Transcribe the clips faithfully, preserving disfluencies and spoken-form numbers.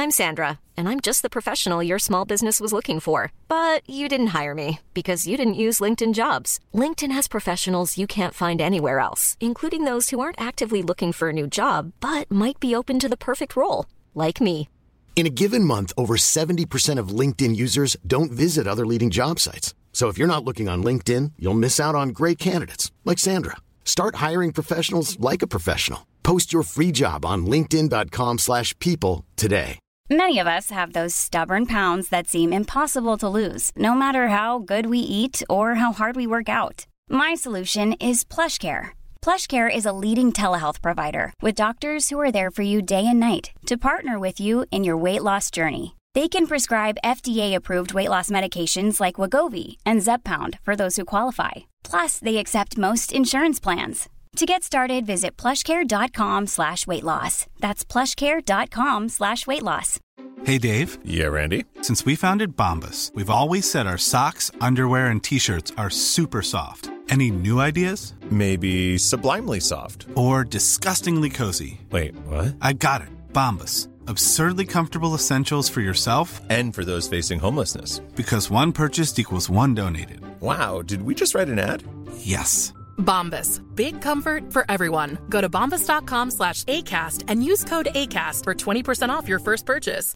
I'm Sandra, and I'm just the professional your small business was looking for. But you didn't hire me because you didn't use LinkedIn Jobs. LinkedIn has professionals you can't find anywhere else, including those who aren't actively looking for a new job, but might be open to the perfect role, like me. In a given month, over seventy percent of LinkedIn users don't visit other leading job sites. So if you're not looking on LinkedIn, you'll miss out on great candidates like Sandra. Start hiring professionals like a professional. Post your free job on linkedin dot com slash people today. Many of us have those stubborn pounds that seem impossible to lose, no matter how good we eat or how hard we work out. My solution is PlushCare. PlushCare is a leading telehealth provider with doctors who are there for you day and night to partner with you in your weight loss journey. They can prescribe F D A-approved weight loss medications like Wegovy and Zepbound for those who qualify. Plus, they accept most insurance plans. To get started, visit plushcare.com slash weight loss. That's plushcare.com slash weight loss. Hey, Dave. Yeah, Randy. Since we founded Bombas, we've always said our socks, underwear, and T-shirts are super soft. Any new ideas? Maybe sublimely soft. Or disgustingly cozy. Wait, what? I got it. Bombas. Absurdly comfortable essentials for yourself and for those facing homelessness. Because one purchased equals one donated. Wow, did we just write an ad? Yes. Bombas. Big comfort for everyone. Go to bombas.com slash ACAST and use code ACAST for twenty percent off your first purchase.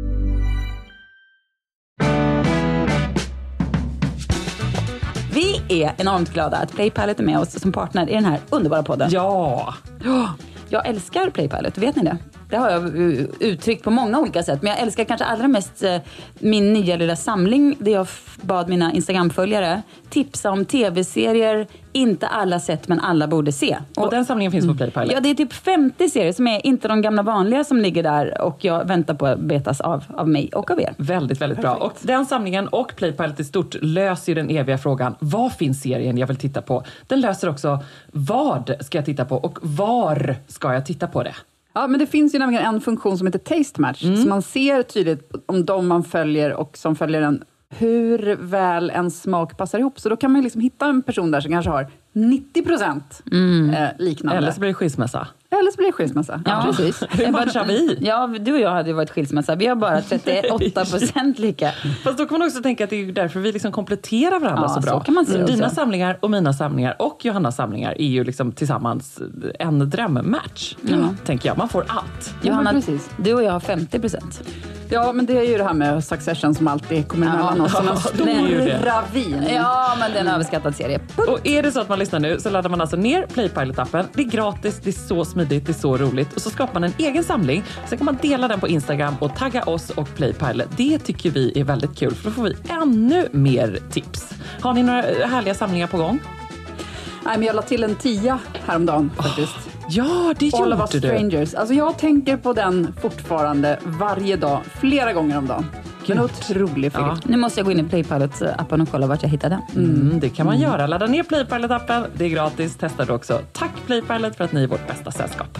Vi är enormt glada att Playpilot är med oss som partner i den här underbara podden. Ja! Jag älskar Playpilot, vet ni det? Det har jag uttryckt på många olika sätt. Men jag älskar kanske allra mest min nya lilla samling där jag bad mina Instagram-följare tipsa om tv-serier inte alla sett men alla borde se. Och, och den samlingen finns på Playpilot? Ja, det är typ femtio serier som är inte de gamla vanliga som ligger där och jag väntar på att betas av, av mig och av er. Väldigt, väldigt Perfekt. Bra. Och den samlingen och Playpilot i stort löser ju den eviga frågan, vad finns serien jag vill titta på? Den löser också, vad ska jag titta på och var ska jag titta på det? Ja, men det finns ju nämligen en funktion som heter Taste Match. Mm. Så man ser tydligt om de man följer och som följer den hur väl en smak passar ihop. Så då kan man liksom hitta en person där som kanske har nittio procent mm. eh, liknande. Eller så blir det skilsmässa. Eller så blir det skilsmässa. Ja, precis. Hur matchar vi? Ja, du och jag hade ju varit skilsmässa. Vi har bara trettioåtta procent lika. Fast då kan man också tänka att det är därför vi liksom kompletterar varandra ja, så bra. Så kan man se mm. Dina också. samlingar och mina samlingar och Johannas samlingar är ju liksom tillsammans en drömmatch. Mm. Tänker jag. Man får allt. Johanna, ja, precis. Du och jag har femtio procent. Ja, men det är ju det här med Succession som alltid kommer mellan oss. Som en stor ravin. Ja, men det är en överskattad serie. Och är det så att man lyssnar nu så laddar man alltså ner Playpilot-appen. Det är gratis, det är så smidigt, det är så roligt. Och så skapar man en egen samling. Sen kan man dela den på Instagram och tagga oss och Playpilot. Det tycker vi är väldigt kul för då får vi ännu mer tips. Har ni några härliga samlingar på gång? Nej, men jag la till en tia häromdagen faktiskt. Oh. Ja, det gjorde All of Us du. Strangers. Alltså jag tänker på den fortfarande varje dag, flera gånger om dagen. En otrolig film. Ja. Nu måste jag gå in i Playpilot-appen och kolla vart jag hittar den. Mm, det kan man mm. göra. Ladda ner Playpilot-appen. Det är gratis. Testa det också. Tack Playpilot för att ni är vårt bästa sällskap.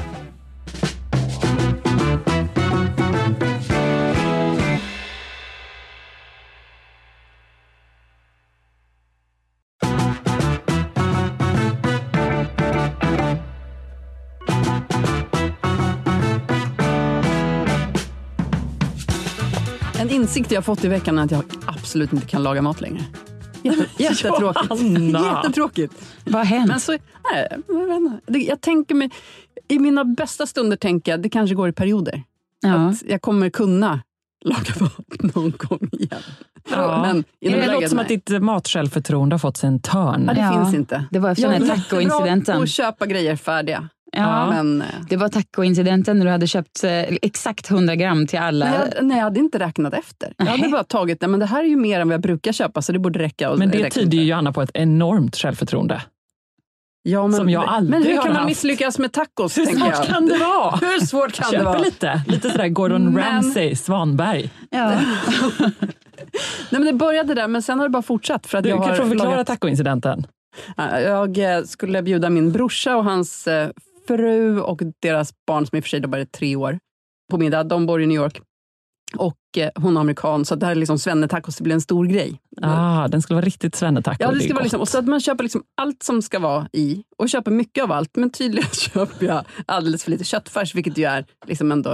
En insikt jag fått i veckan är att jag absolut inte kan laga mat längre. Jätte, jättetråkigt. Jättetråkigt. Vad har hänt? Men så, nej, jag vet inte. Jag tänker mig, i mina bästa stunder tänker jag, det kanske går i perioder. Ja. Att jag kommer kunna laga mat någon gång igen. Ja. Men det låter som att ditt matsjälvförtroende har fått sig en törn. Ja, det ja. finns inte. Det var efter den här taco-incidenten. Och köpa grejer färdiga. Ja, men det var taco-incidenten när du hade köpt eh, exakt hundra gram till alla. Nej, jag, nej, jag hade inte räknat efter. Jag hade bara tagit det, men det här är ju mer än vad jag brukar köpa så det borde räcka. Och men det tyder ju Johanna på ett enormt självförtroende. Ja, men, som jag aldrig men hur kan man haft. Misslyckas med tacos? Hur svårt jag. kan det vara? Hur svårt kan Köper det vara? lite, lite sådär Gordon men... Ramsay, Svanberg. Ja. Nej, men det började där, men sen har det bara fortsatt. För att du jag kan har få förklara lagat... taco-incidenten. Jag skulle bjuda min brorsa och hans fru och deras barn som i och för sig då bara är tre år på middag. De bor i New York. Och hon är amerikan, så det här är liksom svennetacos, det blir en stor grej. Ah, den skulle vara riktigt svennetaco. Ja, det ska vara liksom, och så att man köper liksom allt som ska vara i och köper mycket av allt, men tydligen köper jag alldeles för lite köttfärs, vilket ju är liksom ändå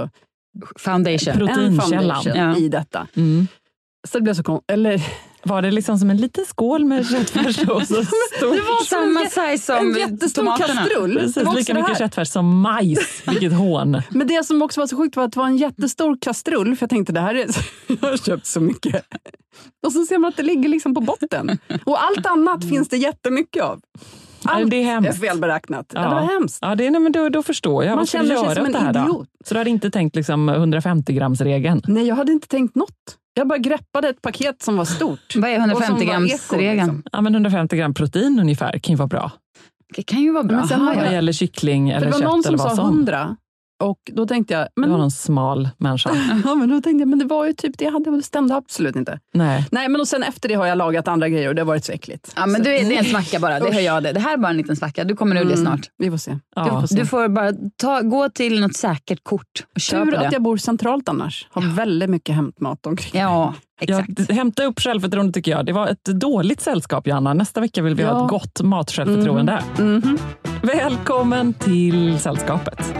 foundation. Proteinkällan. En foundation Ja. i detta. Mm. Så det blev så konstigt. Eller... Var det liksom som en liten skål med köttfärs och så stort? Det var Samma en, size som en jättestor tomaterna. kastrull. Precis, Det var lika också mycket det här. köttfärs som majs. Vilket hån. Men det som också var så sjukt var att det var en jättestor kastrull. För jag tänkte, det här är... Jag har köpt så mycket. Och så ser man att det ligger liksom på botten. Och allt annat finns det jättemycket av. Allt Ja, det är hemskt. är felberäknat. Ja. Ja. Det var hemskt. Ja, det är, nej, men då, då förstår jag. Man Vad ska du känner sig göra som åt en det här idiot. då? Så du hade inte tänkt liksom hundrafemtio grams regeln? Nej, jag hade inte tänkt något. Jag bara greppade ett paket som var stort. Vad är hundrafemtio grams regeln? Liksom. Ja, men hundrafemtio gram protein ungefär kan ju vara bra. Det kan ju vara bra. Men sen Aha, har Vad ja. gäller kyckling För eller det var kött någon som eller vad sa som. hundra. Och då tänkte jag, Det men, var någon smal människa. ja, men då tänkte jag, men det var ju typ det jag hade och det stämde absolut inte. Nej. Nej, men och sen efter det har jag lagat andra grejer och det har varit så äckligt. Ja, men så, du, det är en svacka bara. Det hör jag det. Det här är bara en liten svacka. Du kommer ur det snart. vi får se. Ja. Vi får se. Du får bara ta, gå till något säkert kort och köpa Tur det. att jag bor centralt annars. Har väldigt mycket hämtmat omkring. Ja, exakt. Jag, hämta upp självförtroende tycker jag. Det var ett dåligt sällskap, Johanna. Nästa vecka vill vi Ja. ha ett gott matsjälvförtroende. Mm. Mhm. Välkommen till sällskapet.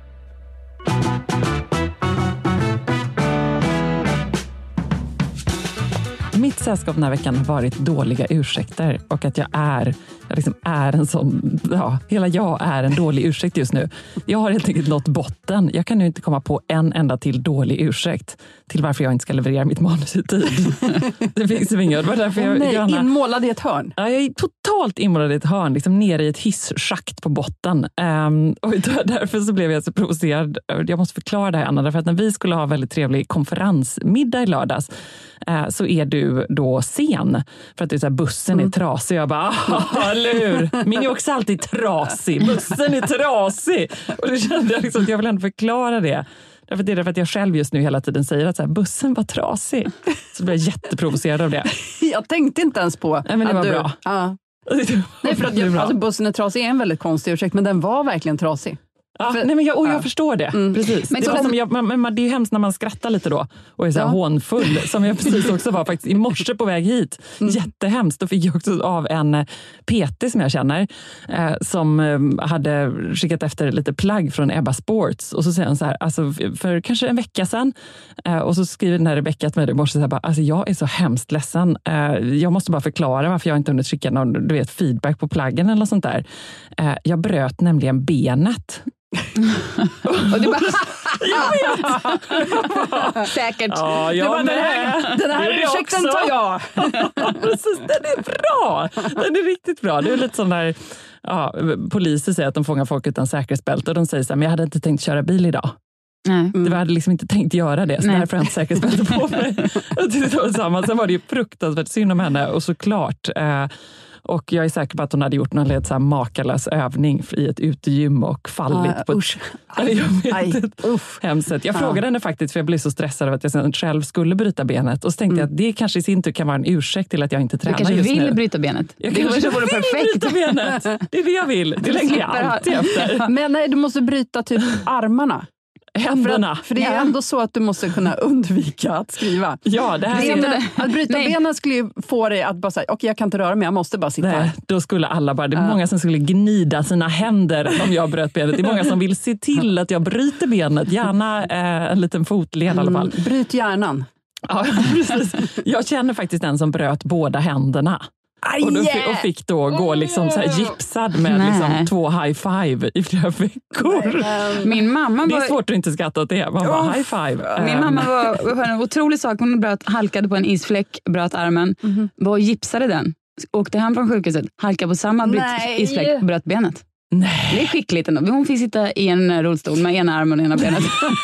Mitt sällskap den här veckan har varit dåliga ursäkter och att jag är, jag liksom är en sån, ja, hela jag är en dålig ursäkt just nu. Jag har helt enkelt nått botten. Jag kan nu inte komma på en enda till dålig ursäkt till varför jag inte ska leverera mitt manus i tid. Det finns inget. Det var därför jag, Åh, nej, Johanna, inmålad i ett hörn. Ja, jag är totalt inmålad i ett hörn, liksom nere i ett hisschakt på botten. Um, och därför så blev jag så provocerad. Jag måste förklara det här, Anna, därför att när vi skulle ha väldigt trevlig konferensmiddag i lördags uh, så är du då sen. För att det är så här, bussen är trasig. Jag bara, ah, lur. Min är också alltid trasig. Bussen är trasig. Och då kände jag liksom att jag vill ändå förklara det. Därför det är därför att jag själv just nu hela tiden säger att så här, bussen var trasig. Så blir jag jätteprovocerad av det. Jag tänkte inte ens på Nej, men det att var du... bra. Ja. Nej, för att jag, alltså, bussen är trasig är en väldigt konstig ursäkt, men den var verkligen trasig. Ja, För- nej, men jag, och jag ja. förstår det. Precis. Men det, var kom- som jag, man, man, det är ju hemskt när man skrattar lite då och är så här Ja. hånfull, som jag precis också var faktiskt i morse på väg hit. Jättehemskt. Då fick jag också av en eh, P T som jag känner eh, som eh, hade skickat efter lite plagg från Ebba Sports och så säger han så här, alltså för kanske en vecka sedan eh, och så skriver den här Rebecka till mig i morse så här, bara, alltså jag är så hemskt ledsen. Eh, jag måste bara förklara varför jag inte hunnit skicka någon, du vet, feedback på plaggen eller något sånt där. Eh, jag bröt nämligen benet. Och du bara... Säkert. Ja, jag bara, den här, den här Det är det ursäkten också. tar jag. Precis, den är bra. Den är riktigt bra. Det är lite sån där, ja, poliser säger att de fångar folk utan säkerhetsbälte och de säger så här, men jag hade inte tänkt köra bil idag. Nej. Mm. Jag hade liksom inte tänkt göra det, så Nej. därför har jag inte säkerhetsbälte på mig. Det var samma. Sen var det ju fruktansvärt synd om henne och såklart. Eh, och jag är säker på att hon hade gjort någon lite så här makalös övning i ett utegym och fallit Ah, på ett... usch. Jag vet Aj, inte. uff. Hemskt sätt. Jag Ja. frågade henne faktiskt för jag blev så stressad av att jag sen själv skulle bryta benet. Och så tänkte jag att det kanske i sin tur kan vara en ursäkt till att jag inte Du tränar kanske just vill nu. bryta benet. Jag det kanske vore vill perfekt. bryta benet. Det är det jag vill. Det längtar jag slipper ha- alltid efter. Men nej, du måste bryta typ armarna. För, Händerna. att, för det är Ja. ändå så att du måste kunna undvika att skriva. Ja, det här är... Benen, att bryta Nej. benen skulle ju få dig att bara säga, okej, jag kan inte röra mig, jag måste bara sitta Nej, här. då skulle alla bara, det är Ja. många som skulle gnida sina händer om jag bröt benet. Det är många som vill se till att jag bryter benet. Gärna eh, en liten fotled i alla fall. Mm, bryt hjärnan. Ja, precis. Jag känner faktiskt en som bröt båda händerna. Aj, Och, då, yeah! och fick då gå liksom så här gipsad med Nej. liksom två high five i flera veckor. Min mamma Det är var... svårt att inte skratta åt det. Man bara high five. Min Eh, mamma var, var en otrolig sak. Hon bröt, halkade på en isfläck, bröt armen, Mhm. var och gipsade den. Åkte hem från sjukhuset, halkade på samma bryt, Nej. isfläck, bröt benet. Nej. Det är skickligt ändå. Hon fick sitta i en rullstol med ena armen och ena benet.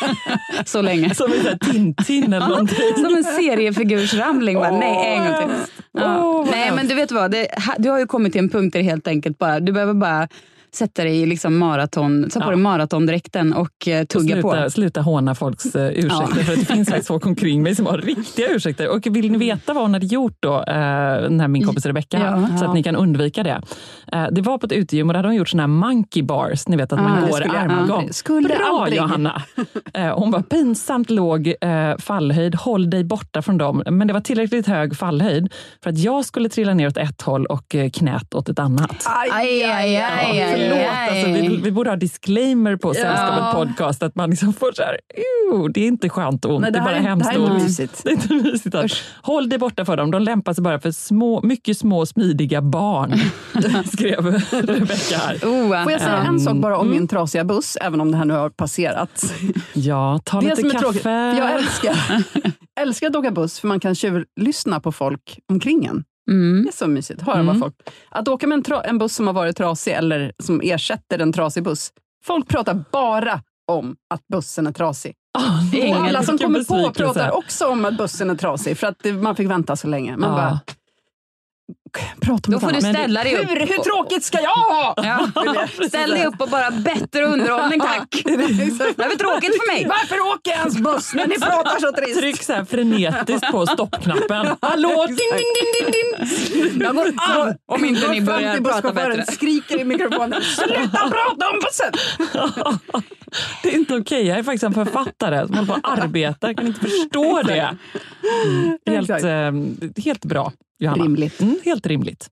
Så länge. Som en sån här Tintin eller någonting. Som en seriefigursramling. Bara, nej, en gång till. Ja. Åh, vad nej, hemskt. men du vet vad? Det, ha- du har ju kommit till en punkt där det helt enkelt bara, du behöver bara sätta dig i liksom maraton, ta på Ja. dig maratondräkten och eh, tugga sluta, på. Sluta håna folks uh, ursäkter. Ja. För att det finns faktiskt folk omkring mig som har riktiga ursäkter. Och vill ni veta vad hon hade gjort då, uh, den här min kompis Rebecca, Ja. så att ni kan undvika det. Uh, det var på ett utegym och där hade hon gjort såna här monkey bars. Ni vet att Ah, man det går skulle jag armgång. aldrig- skulle Bra aldrig. Johanna! Uh, hon var pinsamt låg uh, fallhöjd. Håll dig borta från dem. Men det var tillräckligt hög fallhöjd för att jag skulle trilla ner åt ett håll och uh, knät åt ett annat. Aj, aj, aj, aj, För förlåt. Alltså, vi, vi borde ha disclaimer på Sällskapet Ja. podcast. Att man liksom får så här, det är inte skönt och ont. Nej, det, det är bara här är, hemskt det här är inte ont. mysigt. Det är inte mysigt. Att, håll dig borta för dem. De lämpar sig bara för små, mycket små smidiga barn. Skrev Rebecka här. Oh, Får jag säga en sak bara om min trasiga buss, även om det här nu har passerat? Ja, ta Det lite som är kaffe. tråkigt, jag älskar, älskar att åka buss för man kan tjuvlyssna på folk omkring en. Mm. Det är så mysigt, höra vad folk... Att åka med en, tra- en buss som har varit trasig eller som ersätter en trasig buss. Folk pratar bara om att bussen är trasig. Oh, och alla som kommer på besvikelse. pratar också om att bussen är trasig för att det, man fick vänta så länge. Man Ja. bara... Prata om Då får du annat. ställa dig upp. Hur, hur tråkigt ska jag ha? Ja. Ställ dig upp och bara bättre underhållning, tack. Det är väl tråkigt för mig. Varför åker jag ens buss när ni pratar så trist? Tryck så här frenetiskt på stoppknappen. Hallå, ding, ding, ding, ding, ding. Jag går an Om inte ni börjar prata bättre. Skriker i mikrofonen. Sluta prata om bussen! Det är inte okej. Jag är faktiskt en författare som håller på att arbeta. Jag kan inte förstå det. Mm. Helt, Exakt. eh, helt bra, Johanna. Rimligt. Mm, helt rimligt.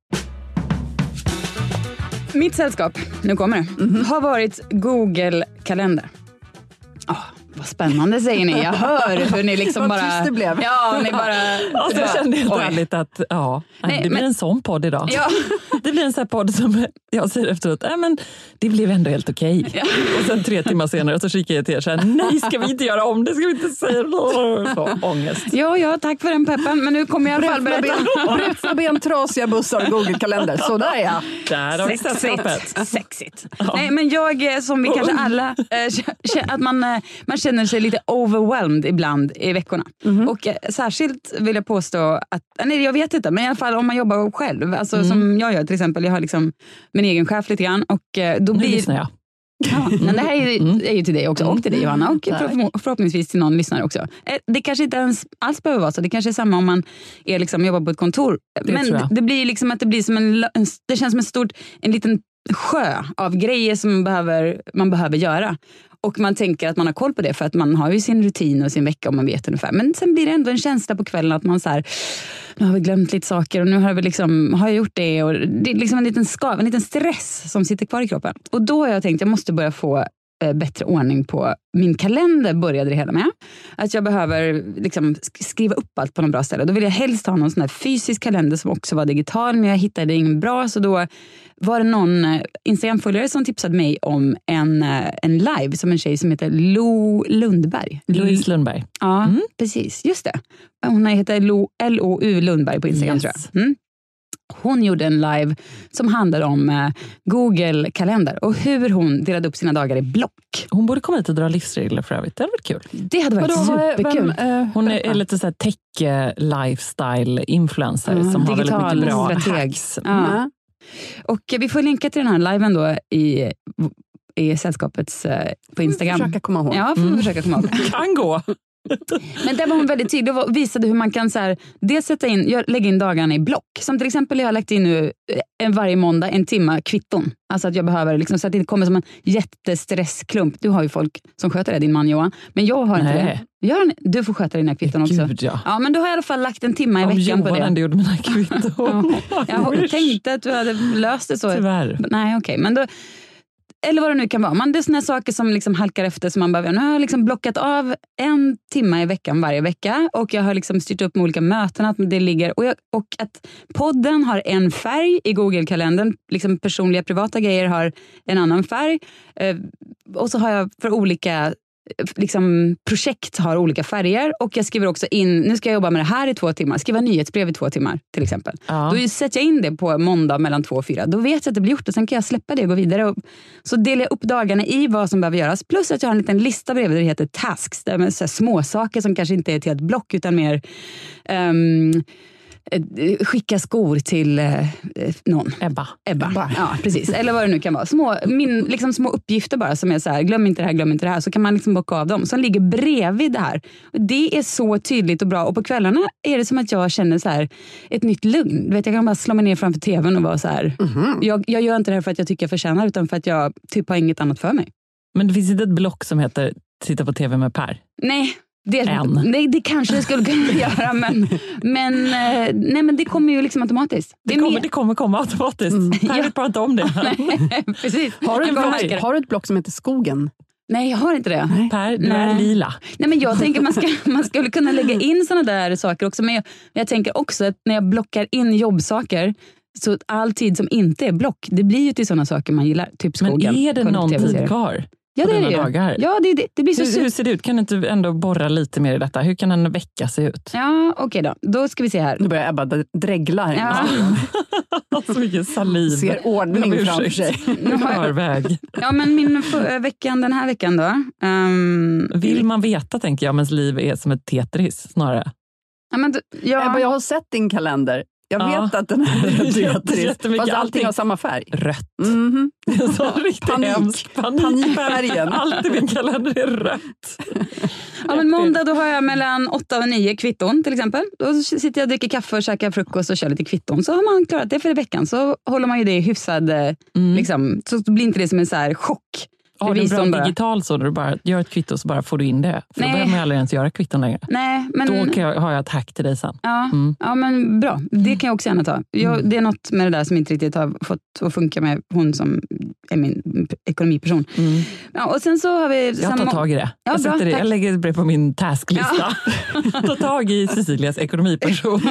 Mitt sällskap, nu kommer det, Mhm. har varit Google-kalender. Oh, vad spännande säger ni. Jag hör hur ni liksom Vad bara... tyst det blev. Ja, ni bara... Alltså, jag kände helt Oj. ärligt att ja, Nej, det blir men- en sån podd idag. Ja. Det blir en sån här podd som jag säger efteråt, äh, men det blev ändå helt okej. Ja. Och sen tre timmar senare så kikar jag till er så här, nej ska vi inte göra om det, ska vi inte säga det. Så ångest. Ja, ja, tack för den peppen. Men nu kommer jag i alla fall Brutna berätta. ben, brutna ben, trasiga bussar och Google-kalender. Sådär ja. Där har vi sällskapet. Sexigt. Sexigt. Nej, men jag eh, som vi kanske alla, eh, k- k- att man, eh, man känner sig lite overwhelmed ibland i veckorna. Och eh, särskilt vill jag påstå att, nej jag vet inte, men i alla fall om man jobbar själv, alltså som jag gör till exempel, jag har liksom min egen chef lite grann och eh, då Nu blir... lyssnar jag. Ja, men det här är ju, är ju till dig också, och till dig Johanna, och för, förhoppningsvis till någon lyssnare också. Eh, Det kanske inte ens alls behöver vara så, det kanske är samma om man är liksom, jobbar på ett kontor. Det Men tror jag. det blir liksom att det blir som en, en, det känns som en stort, en liten sjö av grejer som man behöver, man behöver göra. Och man tänker att man har koll på det för att man har ju sin rutin och sin vecka och man vet ungefär. Men sen blir det ändå en känsla på kvällen att man så här, nu har vi glömt lite saker och nu har vi liksom, har jag gjort det. Och det är liksom en liten skav, en liten stress som sitter kvar i kroppen. Och då har jag tänkt, jag måste börja få eh, bättre ordning på min kalender, började det hela med. Att jag behöver liksom sk- skriva upp allt på något bra ställe. Då vill jag helst ha någon sån här fysisk kalender som också var digital, men jag hittade ingen bra, så då var det någon eh, Instagram-följare som tipsade mig om en, eh, en live som en tjej som heter Lo Lundberg. Louise Lundberg. Ja, precis. Just det. Hon heter Lo, L O U Lundberg på Instagram, Yes. tror jag. Mm. Hon gjorde en live som handlade om eh, Google-kalender och hur hon delade upp sina dagar i block. Hon borde komma hit och dra livsregler för övrigt. Det hade varit kul. Det hade varit Vadå, vad- superkul. vem, eh, Hon är, berätta. är lite så här tech-lifestyle-influencer Mm, som har väldigt digital mycket bra strateg. hacks. Ja. Mm. Och eh, vi får länka till den här liven då i, i sällskapets eh, på Instagram. Försöka komma ihåg. Ja, får vi försöka komma ihåg. Kan gå. Men där var hon väldigt tydlig och visade hur man kan så här, dels sätta in, jag lägger in dagarna i block. Som till exempel jag har lagt in nu eh, en varje måndag en timma kvitton. Alltså att jag behöver liksom, så att det inte kommer som en jättestressklump. Du har ju folk som sköter det, din man Johan. Men jag har inte Nej. det. Gör ni? Du får sköta dina kvitton också. Gud, ja. Ja, men då har jag i alla fall lagt en timma i Om veckan på Johan det. ändå gjorde mina kvitton. Jag Wish. tänkte att du hade löst det så. Tyvärr. Nej, okej. Men då, eller vad det nu kan vara. Man, det är såna saker som liksom halkar efter som man behöver. Nu har jag liksom blockat av en timme i veckan varje vecka. Och jag har liksom styrt upp med olika möten. Att det ligger, och, jag, och att podden har en färg i Google-kalendern. Liksom personliga, privata grejer har en annan färg. Eh, och så har jag för olika liksom, projekt har olika färger. Och jag skriver också in, nu ska jag jobba med det här i två timmar. Skriva nyhetsbrev i två timmar till exempel. Ja. Då sätter jag in det på måndag mellan två och fyra. Då vet jag att det blir gjort och sen kan jag släppa det och gå vidare. Och så delar jag upp dagarna i vad som behöver göras. Plus att jag har en liten lista bredvid där det heter tasks. Där med så här små saker som kanske inte är ett helt block utan mer um, skicka skor till eh, någon. Ebba. Ebba. Ja, precis. Eller vad det nu kan vara. Små, min, liksom små uppgifter bara som är så här, glöm inte det här, glöm inte det här. Så kan man liksom bocka av dem. Som ligger bredvid det här. Och det är så tydligt och bra. Och på kvällarna är det som att jag känner så här ett nytt lugn. Du vet, jag kan bara slå mig ner framför tvn och vara så här. Mm-hmm. Jag, jag gör inte det här för att jag tycker jag förtjänar utan för att jag typ har inget annat för mig. Men det finns inte ett block som heter Titta på tv med Per? Nej, Det, Än. nej, det kanske det skulle kunna göra, men, men, eh, nej, men det kommer ju liksom automatiskt. Det, är kommer, mer- det kommer komma automatiskt. Mm. Jag vet bara inte om det. Nej, precis. Har du, ett Jag block, märker det. har du ett block som heter Skogen? Nej, jag har inte det. Per, du Nej. är lila. Nej, men jag tänker man, ska, man skulle kunna lägga in såna där saker också. Men jag, jag tänker också att när jag blockar in jobbsaker, så all tid som inte är block, det blir ju till såna saker man gillar. Typ skogen. Men är det någon tid kvar? Ja, det är det ju. Dagar? Ja, det, det, det blir så hur, super- hur ser det ut? Kan du inte ändå borra lite mer i detta? Hur kan en vecka se ut? Ja, okej okay då. Då ska vi se här. Nu börjar Ebba dregla här. Ja. Så mycket saliv. Ser ordning framför sig. Förväg. Ja, men min för, veckan, den här veckan då. Um, Vill man veta, tänker jag, om ens liv är som ett Tetris snarare? Ja, men, ja. Ebba, jag har sett din kalender. Jag Ja. vet att den är Tetris. Fast allting allting har samma färg. Rött. Mm-hmm. Så riktigt Panik. hemskt. Panik. Panikfärgen. Alltid min kalender är rött. Ja, men måndag då har jag mellan åtta och nio kvitton till exempel. Då sitter jag och dricker kaffe och käkar frukost och kör lite kvitton. Så har man klarat det för veckan. Så håller man ju det hyfsad, mm. liksom, så blir inte det som en så här chock. Har du en bra bara. digital så när du bara gör ett kvitto så bara får du in det? För Nej. då behöver man aldrig ens göra kvitton längre. Nej, men... Då kan jag, har jag ett hack till dig sen. Ja, mm. ja, men bra. Det kan jag också gärna ta. Jag, det är något med det där som inte riktigt har fått att funka med hon som är min ekonomiperson. Mm. Ja, och sen så har vi... Jag tar tag i det. Ja, jag, bra, det. tack. jag lägger det på min tasklista. Ja. Ta tag i Cecilias ekonomiperson.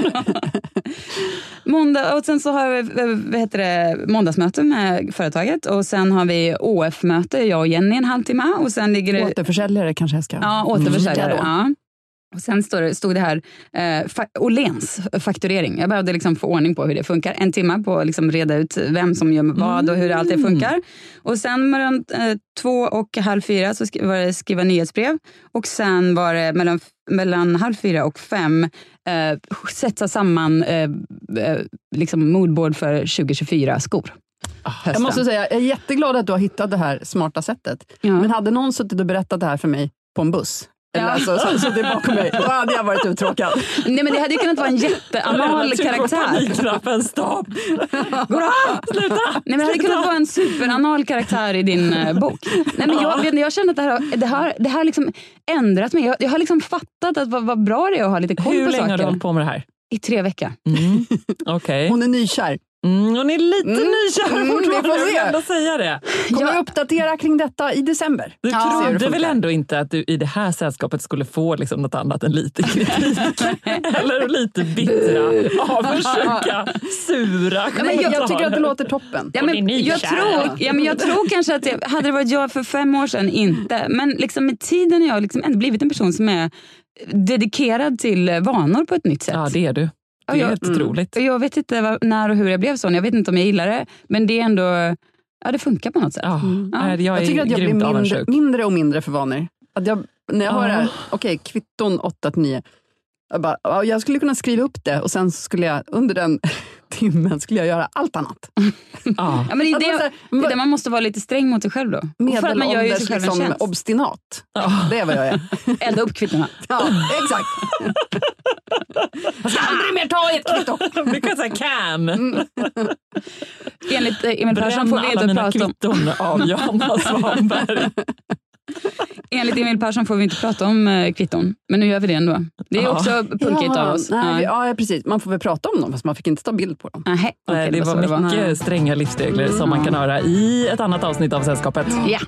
Måndag, och sen så har vi vad heter det, måndagsmöte med företaget. Och sen har vi Å F-möte, jag och Jenny en halvtimme. Och sen ligger det... Återförsäljare kanske jag ska... Ja, återförsäljare. Mm. Ja. Och sen stod det, stod det här eh, fa- Åhléns fakturering. Jag behövde liksom få ordning på hur det funkar. En timme på att liksom reda ut vem som gör vad och hur allt det funkar. Och sen mellan eh, två och halv fyra så sk- var det skriva nyhetsbrev. Och sen var det mellan, mellan halv fyra och fem eh, sätta samman eh, eh, liksom moodboard för tjugo tjugofyra skor. Hösten. Jag måste säga, jag är jätteglad att du har hittat det här smarta sättet. Ja. Men hade någon suttit och berättat det här för mig på en buss? Eller Ja. alltså, så, så det är bakom mig. Då hade jag varit uttråkad. Nej, men det hade ju kunnat vara en jätteanal karaktär. Panikknappen, stopp. Går av! Sluta! Nej, men det hade kunnat vara en superanal karaktär i din uh, bok. Nej, men jag, vet, jag känner att det här har, det här, det här liksom ändrat mig. Jag, jag har liksom fattat att vad, vad bra det är att ha lite koll Hur på länge saker. har du hållit på med det här? I tre veckor. Mm. Okej. Okay. Hon är nykär. Mm, hon är lite Mm. nykär Mm, fortfarande. vi får se. Jag vill ändå säga det. Kommer Ja. du uppdatera kring detta i december? Du Ja, trodde det väl funkar. ändå inte att du i det här sällskapet skulle få liksom något annat än lite kritik? Eller lite bittra, avundsjuka, sura Ja, men jag, jag tycker att det kommentarer. låter toppen. Ja, Hon är men jag, nykär. tror, ja, men jag tror kanske att det, hade det varit jag för fem år sedan, inte. Men liksom med tiden har jag liksom ändå blivit en person som är dedikerad till vanor på ett nytt sätt. Ja, det är du. Det är Ja, jag- helt otroligt. Och jag vet inte vad, när och hur jag blev sån. Jag vet inte om jag gillar det. Men det är ändå, ja, det funkar på något sätt. Ja, Ja. jag är Jag tycker att jag blir grymt mindre, avundsjuk. mindre och mindre för vanor. Att jag, när jag Ja. hör det här, okej, kvitton åtta till nio. Jag, bara, ja, jag skulle kunna skriva upp det och sen skulle jag under den timmen skulle jag göra allt annat. Ja. Ja, men det är Att man det, säger, det är där man måste vara lite sträng mot sig själv då. Och för att man gör ju sig Medelålders själv en liksom, tjänst. obstinat. Ja. Det är vad jag är. Elda upp kvittorna. Ja, exakt. Jag ska aldrig mer ta ett kvitto. Because I can. Enligt eh, Emil Persson Bränn får vi alla inte mina prata om, kvitton av Johanna Svanberg. enligt Emil Persson får vi inte prata om eh, kvitton. Men nu gör vi det ändå. Det är Ja. också punkigt Ja, av oss. nej, Ja. ja, precis. Man får väl prata om dem, fast man fick inte ta bild på dem. Nähä, okej, Nej, det var var så det mycket var. stränga livsregler som man kan höra i ett annat avsnitt av Sällskapet. Ja.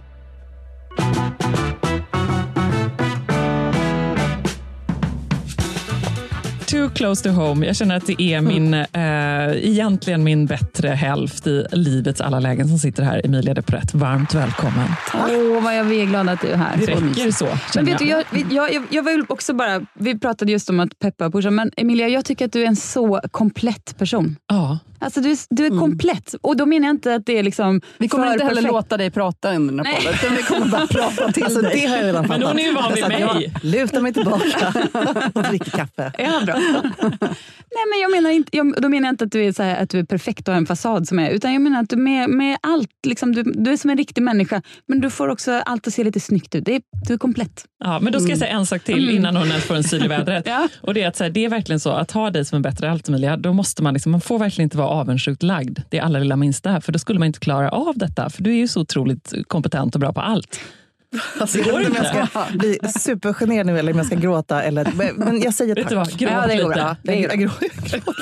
Too close to home. Jag känner att det är min, eh, egentligen min bättre hälft i livets alla lägen som sitter här. Emilia de Porrett, varmt välkommen. Åh, vad jag är glad att du är här. Det Så räcker mysigt. så, Men känner vet du, jag. jag, jag, jag, jag var ju också bara, vi pratade just om att peppa och pusha, men Emilia, jag tycker att du är en så komplett person. Ja. Alltså du är, du är komplett. Och då menar jag inte att det är liksom Vi kommer för inte heller perfekt. låta dig prata under den här Nej. podden, utan vi kommer bara prata till Alltså, dig. det har jag redan Men fattat. hon är ju van vid Så att jag mig. lutar mig tillbaka och dricker kaffe. Ja, bra. Nej, men jag menar inte, jag, då menar jag inte att du är så här, att du är perfekt och har en fasad som är, utan jag menar att du med, med allt, liksom, du, du är som en riktig människa, men du får också allt att se lite snyggt ut. Det är, du är komplett. Ja, men då ska jag säga en sak till innan hon ens får en syl i vädret. Ja. Och det är att så här, det är verkligen så att ha dig som en bättre hälft, Emilia, då måste man liksom, man får verkligen inte vara avundsjukt lagd. Det är allra lilla minsta här, för då skulle man inte klara av detta, för du är ju så otroligt kompetent och bra på allt. Alltså, jag vet inte om jag ska bli supergenerad nu eller om jag ska gråta. Eller, men jag säger tack. Vet du vad? Gråt Ja, det går lite. bra. Jag, jag, jag, jag,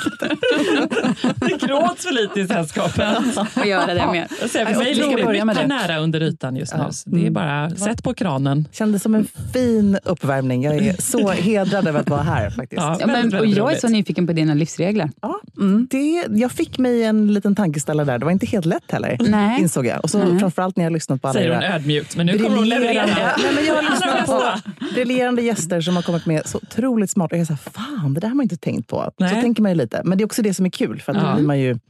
Det gråts för lite i sällskapet. Och göra det mer. Jag säger, för Jag mig ska ligger det börja med mycket det. nära under ytan just nu. Så det är bara, sätt på kranen. kände som en fin uppvärmning. Jag är så hedrad över att vara här faktiskt. Ja. Ja, men, Väldigt, och väldigt jag är roligt. så nyfiken på dina livsregler. Ja, det, jag fick mig en liten tankeställare där. Det var inte helt lätt heller, Nej. insåg jag. Och så Nej. framförallt när jag har lyssnat på alla Säger hon era ödmjukt, men nu kommer hon leverera. Nej, men jag har lyssnat på briljerande gäster som har kommit med så otroligt smart. Och jag är så här, fan, det där har man inte tänkt på. Nej. Så tänker man ju lite. Men det är också det som är kul, för att Ja. då blir man ju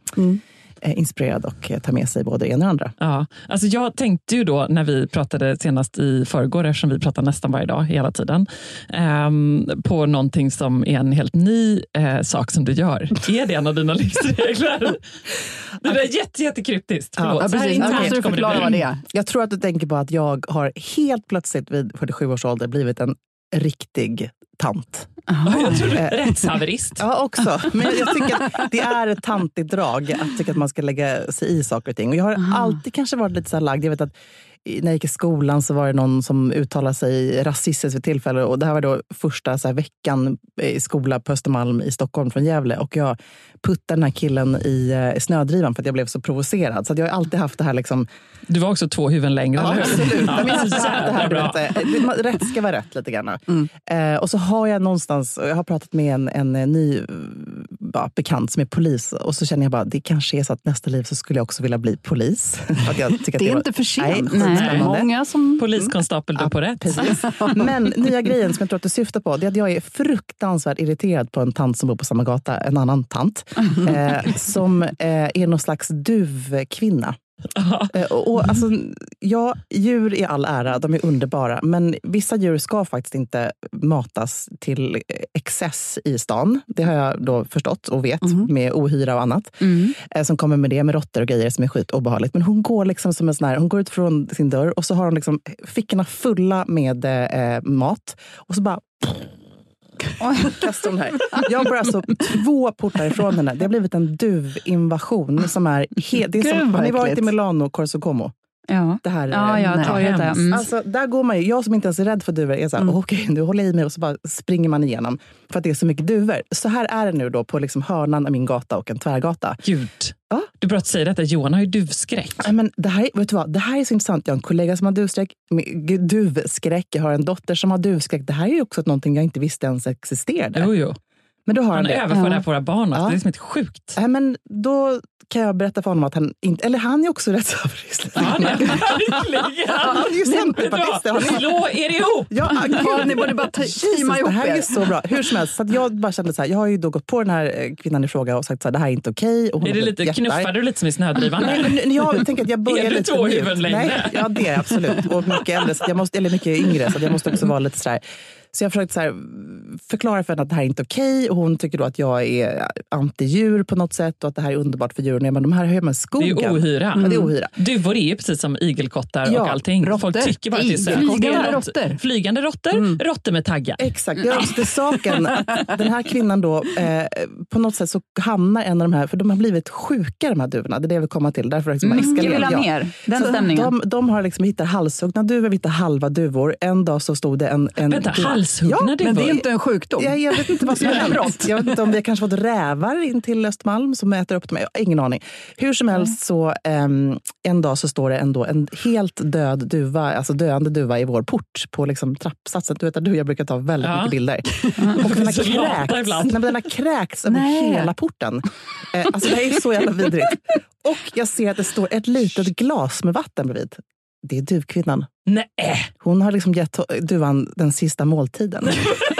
eh, inspirerad och eh, tar med sig både det ena och det andra. Ja, alltså jag tänkte ju då när vi pratade senast i förrgår, eftersom vi pratar nästan varje dag hela tiden, ehm, på någonting som är en helt ny eh, sak som du gör. Är det en av dina livsregler? Det är jätte, jättekryptiskt. Förlåt. Ja, Så här precis. internt Nu måste du kommer det förklara bli. vad det är. Jag tror att du tänker på att jag har helt plötsligt vid fyrtiosju års ålder blivit en riktig tant. Ja, jag tror du är rättshaverist. Ja, också. Men jag tycker att det är ett tantigt drag att tycka att man ska lägga sig i saker och ting. Och jag har alltid kanske varit lite så här lagd. Jag vet att när jag gick i skolan så var det någon som uttalade sig rasistiskt vid tillfälle. Och det här var då första så här veckan i skola på Östermalm i Stockholm från Gävle. Och jag puttade den här killen i, i snödrivan för att jag blev så provocerad. Så att jag har alltid haft det här liksom... Du var också två huvuden längre, Ja, eller hur? absolut. Ja, Jag minns det här, det här, bra. vet, det, man- rätt ska vara rätt lite grann. Mm. Eh, och så har jag någonstans, och jag har pratat med en, en, en ny ja, bekant som är polis. Och så känner jag bara, det kanske är så att nästa liv så skulle jag också vilja bli polis. För att jag tycker att Det är var- inte för sent. Nej, Nej. skitspännande. Många som... Poliskonstapel, du på rätt. Precis. Men nya grejen som jag tror att du syftar på, det är att jag är fruktansvärt irriterad på en tant som bor på samma gata, en annan tant, eh, som eh, är någon slags duvkvinna. Eh, och, och, alltså, ja, djur i all ära, de är underbara, men vissa djur ska faktiskt inte matas till excess i stan. Det har jag då förstått och vet, mm. med ohyra och annat. Mm. Eh, som kommer med det, med råttor och grejer som är skit obehagligt. Men hon går liksom som en sån här, hon går ut från sin dörr och så har hon liksom fickorna fulla med eh, mat. Och så bara... kastar hon här. Jag bor alltså två portar ifrån henne. Det har blivit en duvinvasion som är helt... Det är som, har ni varit i Milano, Corso Como? Ja, Det här, ja jag tar ju det. Mm. Alltså, där går man ju, jag som inte ens är rädd för duvor är så här, mm. okej, okay, nu håller jag i mig och så bara springer man igenom för att det är så mycket duvor. Så här är det nu då på liksom hörnan av min gata och en tvärgata. Gud, ja. Du börjat säga detta, Johan har ju duvskräck. Ja, men det här, vet du vad, det här är så intressant. Jag har en kollega som har duvskräck, duvskräck. Jag har en dotter som har duvskräck. Det här är ju också någonting jag inte visste ens existerade. Jo, jo. Men då har han, han det. överför ja. det här på våra barn. Ja. Det är liksom inte sjukt. Ja, men då kan jag berätta för honom att han inte... Eller han är också rättshaverist. Ja, han är verkligen. Han är ju centerpartist. Slå er ihop! Ja, ja, ni borde bara teama ihop det här er. är så bra. Hur som helst. Så att jag bara kände så här, jag har ju då gått på den här kvinnan i fråga och sagt så här, det här är inte okej. Okay. Är det lite, knuffar du lite som i snödrivan? Nej, men jag tänker att jag börjar är du lite två mjukt. huvuden längre? Nej, ja, det är absolut. Och mycket äldre, så jag måste, eller mycket yngre, så jag måste också vara lite så här. Så jag försökte så här, förklara för henne att det här är inte okej. Och hon tycker då att jag är anti-djur på något sätt. Och att det här är underbart för djuren. Men de här hör man skogen. Det är ohyra. Mm. Ja, det är ohyra. Duvor är ju precis som igelkottar ja, och allting. Råttor. Folk tycker bara att det är så. Flygande råttor. Flygande råttor, mm. råttor med taggar. Exakt. Det är också till saken att den här kvinnan då, eh, på något sätt så hamnar en av de här, för de har blivit sjuka de här duvorna. Det är det vi kommer till. Därför liksom mm. Jag vill ha mer. Den så stämningen. De, de har liksom hittat halshuggna duvor, vi hittar halva duvor. En dag så stod det en... en Vänta, duv... halshuggna ja, duvor? Men det är inte en sjukdom. Jag, jag vet inte vad som är hänt. Jag vet inte om vi kanske fått rävar in till Östermalm som äter upp dem. Jag har ingen aning. Hur som helst så um, en dag så står det ändå en helt död duva, alltså döende duva i vår port på liksom trappsatsen. Du vet att du jag brukar ta väldigt ja. mycket bilder. Och den har kräkts, nej, den har kräkts över hela porten. Eh, alltså det här är så jävla vidrigt. Och jag ser att det står ett litet glas med vatten bredvid. Det är duvkvinnan. Nej. Hon har liksom gett duvan den sista måltiden.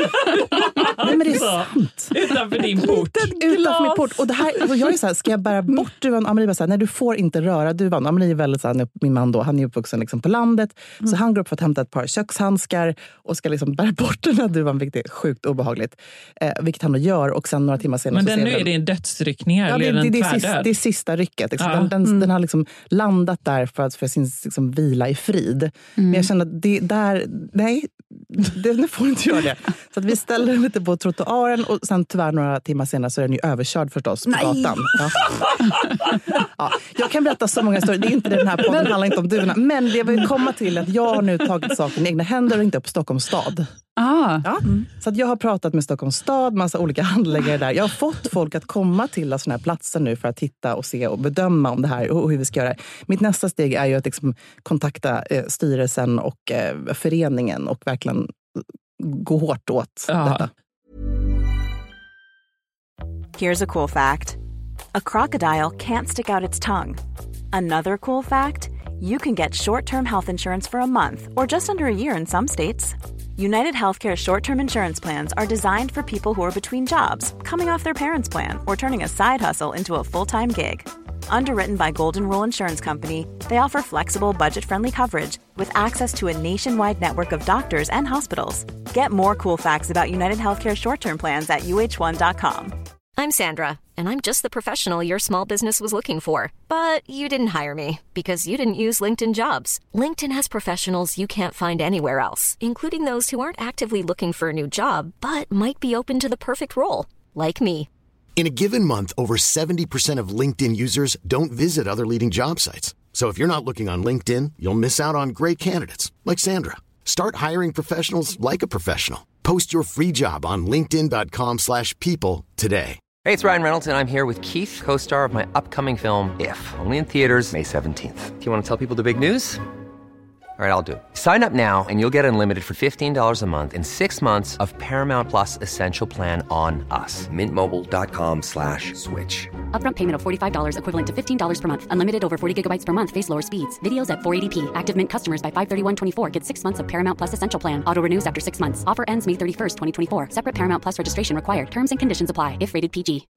Nej, men det är sant. Utanför din port. Utanför min port. Och, det här, och jag är så här, ska jag bära bort duvan? Amelie bara så här, nej, du får inte röra duvan. Amelie är väldigt så här, min man då, han är uppvuxen liksom på landet. Mm. Så han går upp för att hämta ett par kökshandskar och ska liksom bära bort den här duvan, vilket är sjukt obehagligt. Eh, vilket han då gör, och sen några timmar senare... Men så den, ser nu den, är det en dödsryckningar, ja, eller det, är den det, det, tvärdöd? sista, det är sista rycket. Liksom. Ja. Den, den, mm. den har liksom landat där för, att, för sin liksom, vila i frid. Mm. Men jag känner att det där... Nej, det, det får inte göra det. Så att vi ställer den lite på trottoaren och sen tyvärr där några timmar senare så är den ju överkörd förstås på Nej. gatan. Ja. Ja, jag kan berätta så många historier. Det är inte det, den här podden handlar inte om duvorna. Men det vill komma till att jag har nu tagit saken i egna händer och ringt upp Stockholms stad. Ah. Ja. Mm. Så att jag har pratat med Stockholms stad, massa olika handläggare där. Jag har fått folk att komma till sådana här platser nu för att titta och se och bedöma om det här och hur vi ska göra. Mitt nästa steg är ju att liksom kontakta eh, styrelsen och eh, föreningen och verkligen gå hårt åt Ja. detta. Here's a cool fact. A crocodile can't stick out its tongue. Another cool fact, you can get short-term health insurance for a month or just under a year in some states. United Healthcare short-term insurance plans are designed for people who are between jobs, coming off their parents' plan, or turning a side hustle into a full-time gig. Underwritten by Golden Rule Insurance Company, they offer flexible, budget-friendly coverage with access to a nationwide network of doctors and hospitals. Get more cool facts about United Healthcare short-term plans at U H one dot com. I'm Sandra, and I'm just the professional your small business was looking for. But you didn't hire me because you didn't use LinkedIn Jobs. LinkedIn has professionals you can't find anywhere else, including those who aren't actively looking for a new job, but might be open to the perfect role, like me. In a given month, over seventy percent of LinkedIn users don't visit other leading job sites. So if you're not looking on LinkedIn, you'll miss out on great candidates like Sandra. Start hiring professionals like a professional. Post your free job on linkedin dot com slash people today. Hey, it's Ryan Reynolds, and I'm here with Keith, co-star of my upcoming film, If, only in theaters May seventeenth. Do you want to tell people the big news? All right, I'll do it. Sign up now and you'll get unlimited for fifteen dollars a month and six months of Paramount Plus Essential Plan on us. Mint Mobile dot com slash switch. Upfront payment of forty-five dollars equivalent to fifteen dollars per month. Unlimited over forty gigabytes per month. Face lower speeds. Videos at four eighty p. Active Mint customers by five thirty-one twenty-four get six months of Paramount Plus Essential Plan. Auto renews after six months. Offer ends May thirty-first, twenty twenty-four. Separate Paramount Plus registration required. Terms and conditions apply if rated P G.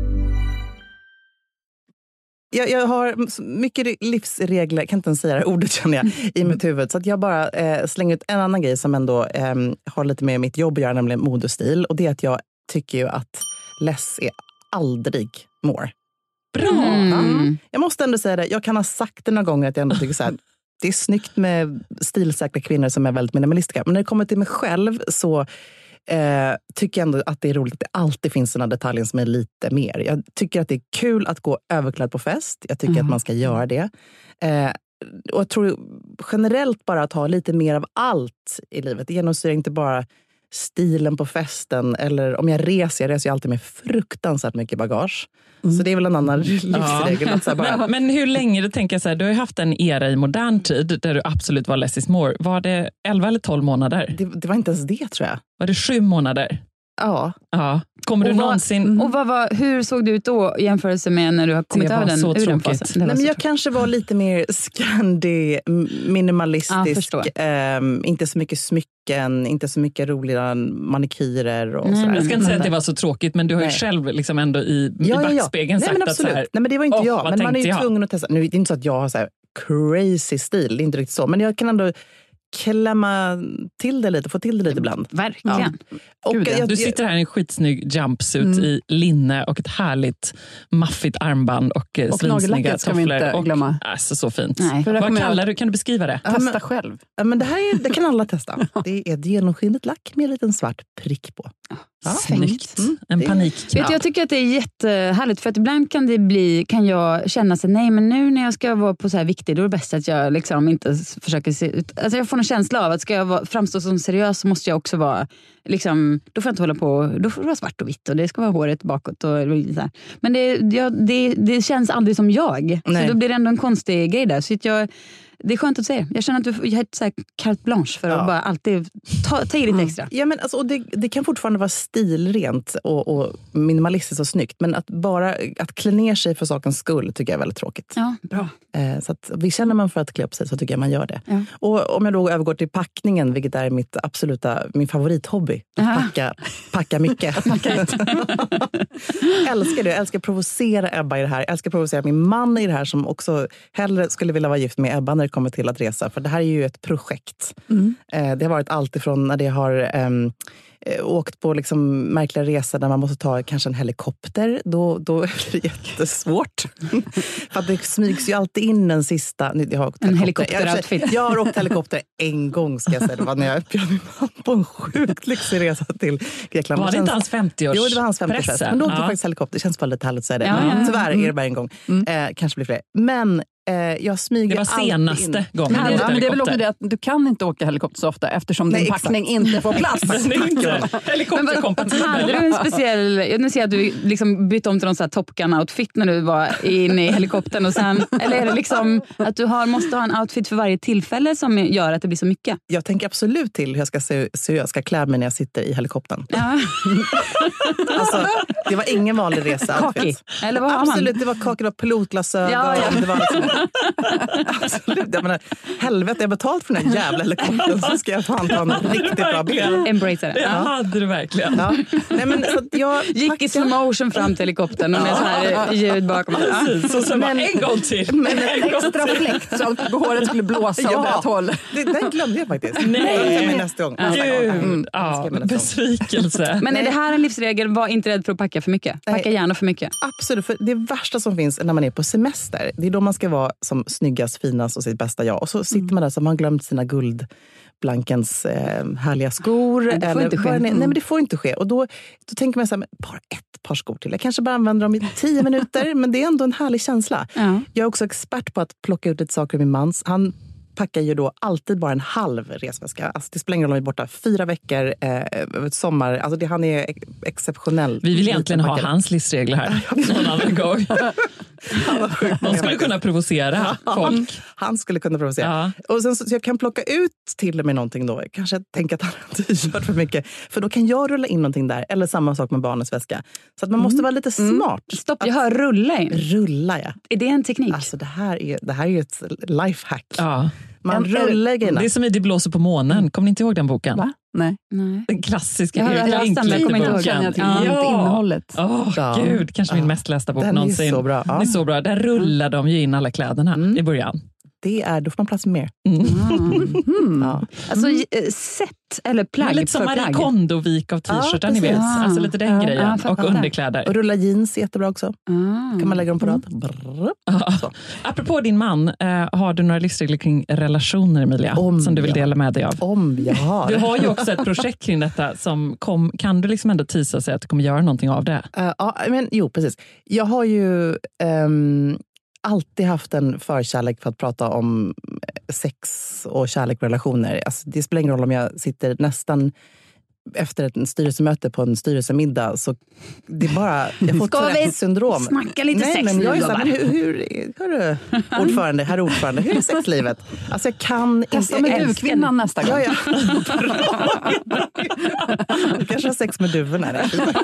Jag, jag har mycket livsregler, kan inte ens säga det ordet känner jag, i mitt huvud. Så att jag bara eh, slänger ut en annan grej som ändå eh, har lite med mitt jobb att göra, nämligen modestil. Och det är att jag tycker ju att less är aldrig more. Bra! Mm. Jag måste ändå säga det, jag kan ha sagt det några gånger att jag ändå tycker så här, det är snyggt med stilsäkra kvinnor som är väldigt minimalistiska. Men när det kommer till mig själv så Eh, tycker jag ändå att det är roligt att det alltid finns såna detaljer som är lite mer. Jag tycker att det är kul att gå överklädd på fest. Jag tycker mm. att man ska göra det. Eh, och jag tror generellt bara att ha lite mer av allt i livet. Det genomsyrar inte bara stilen på festen. Eller om jag reser, jag reser ju alltid med fruktansvärt mycket bagage. Mm. Så det är väl en annan livsregel. Ja. Att så här bara... Men hur länge, du tänker så här, du har ju haft en era i modern tid där du absolut var less is more. Var det elva eller tolv månader? Det, det var inte ens det, tror jag. Var det sju månader? Ja. Ja. Kommer du och vad, någonsin... Och vad var, hur såg du ut då i jämförelse med när du har kommit över den, ur den fasen? Nej, men jag kanske var lite mer Scandi, minimalistisk. Ja, eh, inte så mycket smycken, inte så mycket roliga manikyrer och Nej, sådär. jag ska inte säga att det var så tråkigt, men du har ju Nej. själv liksom ändå i, ja, i ja, ja. backspegeln Nej, sagt men att så här... Nej, men det var inte oh, jag. Men man är ju jag? tvungen att testa. Nu är det inte så att jag har så här crazy stil, det är inte riktigt så. Men jag kan ändå klämma till det lite, få till det lite ibland. Verkligen. Ja. Och Gud, jag, du sitter här i en skitsnygg jumpsuit Mm. i linne och ett härligt maffigt armband och, och svinsnygga ska vi inte tofflor. glömma. Och, alltså, så fint. Nej, för det Vad kommer kallar jag- du? Kan du beskriva det? Ja, Testa men- själv. Ja, men det här är, det kan alla testa. Det är ett genomskinligt lack med en liten svart prick på. Ja. Snyggt. Mm, En det- panikknapp. Vet du, jag tycker att det är jättehärligt, för att ibland kan det bli, kan jag känna sig, nej men nu när jag ska vara på så här viktig, då är det bäst att jag liksom inte s- försöker se ut. Alltså jag får en känsla av att ska jag vara, framstå som seriös så måste jag också vara, liksom, då får jag inte hålla på, då får det vara svart och vitt och det ska vara håret bakåt och så här. Men det, jag, det, det känns aldrig som jag. Nej. Så då blir det ändå en konstig grej där. Så att jag, det är skönt att se. Jag känner att du jag har ett så här carte blanche för Ja. att bara alltid ta, ta i lite extra. Ja, men alltså, och det, det kan fortfarande vara stilrent och, och minimalistiskt och snyggt. Men att bara att klä ner sig för sakens skull tycker jag är väldigt tråkigt. Ja, bra. Eh, så att, vi känner man för att klä upp sig så tycker jag man gör det. Ja. Och om jag då övergår till packningen, vilket är mitt absoluta, min favorithobby. Att Aha. packa, packa mycket. älskar det. Jag älskar att provocera Ebba i det här. Jag älskar att provocera min man i det här, som också hellre skulle vilja vara gift med Ebba när det kommer till att resa. För det här är ju ett projekt. Mm. Eh, det har varit allt ifrån när det har um, åkt på liksom märkliga resor där man måste ta kanske en helikopter. Då, då är det jättesvårt. För att det smygs ju alltid in en sista... Jag har åkt en helikopteroutfit. Jag, jag har åkt helikopter en gång, ska jag säga. Det var när jag bjöd min man på en sjukt lyxig resa till Grekland. Var det inte hans femtioårs Jo, det var hans femtioårsfest. Men då åkte ja. faktiskt helikopter. Det känns bara lite härligt att säga det. Ja, ja, ja. Tyvärr är det bara en gång. Mm. Eh, kanske blir fler. Men eh, jag smyger alltid in. Det var senaste gången. Men, ja, men det är väl också det att du kan inte åka helikopter så ofta eftersom Nej, din packning exakt. inte får plats. Helikopterkompatibel. Hade du en speciell... Jag nu ser att du liksom bytte om till någon sån här Top Gun-outfit när du var inne i helikoptern. Och sen, eller är det liksom att du har, måste ha en outfit för varje tillfälle som gör att det blir så mycket? Jag tänker absolut till hur jag ska se, se jag ska klä mig när jag sitter i helikoptern. Ja. Alltså, det var ingen vanlig resa. Kaki. Eller vad har absolut, man? det var kaki, det var pilotglasögon. Ja, ja. Det var liksom, absolut, jag menar, helvete, jag har betalt för den här jävla helikoptern så ska jag fan ta en riktigt bra bild. Embrace det. Det hade du verkligen. Ja. Nej, men, så jag gick i slow motion fram till helikoptern och med så här ljud bakom. Ja. Så, så men, en gång till. Men en extra fläkt så att håret skulle blåsa ja. åt ett håll. Det, den glömde jag faktiskt. Nej. Jag nästa gång. Gud. Mm. Ja, besvikelse. Men är det här en livsregel? Var inte rädd för att packa för mycket. Packa Nej. gärna för mycket. Absolut, för det värsta som finns när man är på semester, det är då man ska vara som snyggast, finast och sitt bästa jag. Och så sitter mm. man där som har glömt sina guld Blankens eh, härliga skor. Nej, det får eller inte ske. Mm. Nej, men det får inte ske. Och då, då tänker man så här, bara ett par skor till. Jag kanske bara använder dem i tio minuter, men det är ändå en härlig känsla. Ja. Jag är också expert på att plocka ut lite saker ur min mans. Han packar ju då alltid bara en halv resväska. Alltså det spelar ingen roll om vi är borta fyra veckor, eh, ett sommar. Alltså det, han är ex- exceptionell. Vi vill egentligen ha hans livsregler här. Någon annan gång. De skulle kunna provocera folk. Han skulle kunna provocera. Ja. Och sen så, så jag kan plocka ut till och med någonting då. Kanske tänka att han inte gör för mycket. För då kan jag rulla in någonting där. Eller samma sak med barnens väska. Så att man måste mm. vara lite smart. Mm. Stopp, jag hör rulla in. Rulla, ja. Är det en teknik? Alltså det här är, det här är ju ett lifehack. Ja. Man rullar grejerna. Det är som i Det blåser på månen. Kommer ni inte ihåg den boken? Va? Nej. Nej. Den klassiska jag Erik Linkley-boken. Ja. Ja. Innehållet. Åh, oh, ja. Gud. Kanske min mest lästa bok den någonsin. Är så bra. Ja. Den är så bra. Där rullar de ju in alla kläderna mm. i början. Det är, då får man plats med mer. Mm. Mm. Ja. Alltså set eller plagg lite som Marie Kondo-vik av t-shirtar, ja, ni vet. Ja. Alltså lite den ja. grejen. Ja, och underkläder. Och rulla jeans är jättebra också. Mm. Kan man lägga dem på rad. Ja. Apropå din man, äh, har du några livsregler kring relationer, Emilia? Om som du vill jag, dela med dig av? Om jag har. Du har ju också ett projekt kring detta. Som kom, kan du liksom ändå tisa sig att du kommer göra någonting av det? Uh, ja, men jo, precis. Jag har ju... Um, alltid haft en förkärlek för att prata om sex och kärlek och relationer. Alltså, det spelar ingen roll om jag sitter nästan efter ett styrelsemöte på en styrelsemiddag, så det är bara, jag får Tourettes-syndrom. Snacka lite Nej, sex men nu jag är då, så här, hur, hur, hur, ordförande, herr ordförande, hur är sexlivet? Alltså jag kan Testa inte... med duvkvinnan nästa gång. Ja, ja. Du kanske har sex med duvorna. Det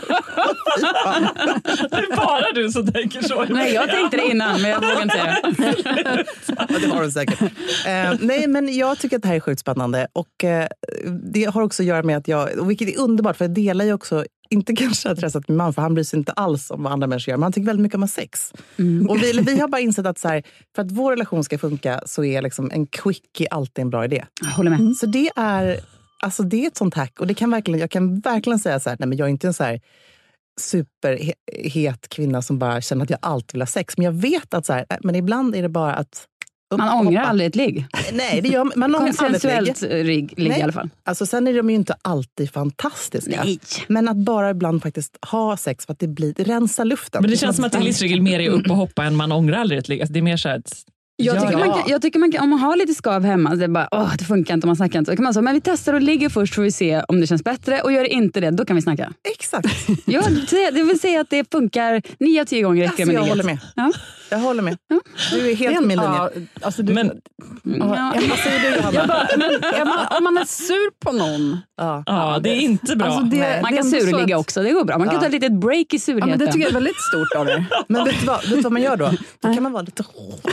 är bara du som tänker så. Nej, jag tänkte det innan, men jag vågar inte säga. Ja, det har du säkert. Uh, nej, men jag tycker att det här är sjukt spännande. Och uh, det har också att göra med att jag... Och vilket är underbart, för jag delar ju också... Inte kanske att träffat min man, för han bryr sig inte alls om vad andra människor gör. Men han tycker väldigt mycket om sex. Mm. Och vi, vi har bara insett att så här, för att vår relation ska funka så är liksom en quickie alltid en bra idé. Jag håller med. Mm. Så det är, alltså det är ett sånt hack. Och det kan verkligen, jag kan verkligen säga så här, nej men jag är inte en så här superhet kvinna som bara känner att jag alltid vill ha sex. Men jag vet att så här, men ibland är det bara att upp, man ångrar hoppa. aldrig ett ligg. Nej, det gör man. Man ångrar aldrig ett ligg. ligg i alla fall. Alltså sen är de ju inte alltid fantastiska. Nej. Men att bara ibland faktiskt ha sex för att det blir, rensa luften. Men det känns som att det är livsregel mer är upp och hoppa än man ångrar aldrig ett ligg. Alltså det är mer så här att Jag tycker, man kan, jag tycker man kan, om man har lite skav hemma, det är bara, åh, det funkar inte om man snackar inte. Så kan man säga, men vi testar och ligger först får vi se om det känns bättre. Och gör det inte det, då kan vi snacka. Exakt. Ja, det vill säga att det funkar nio av tio gånger räcker alltså, med jag ligget. håller med. Ja. Jag håller med. Ja. Du är helt min linje. Ja, alltså du, men, ja, vad säger du, Johanna? Bara, men, man, om man är sur på någon. Ja, ja det är inte bra. Alltså det, man kan surligga också, det går bra. Man kan ja. ta ett litet break i surheten. Ja, men det tycker jag är väldigt stort av det. Men vet du vad, vet du vad man gör då? Då kan man vara lite hård.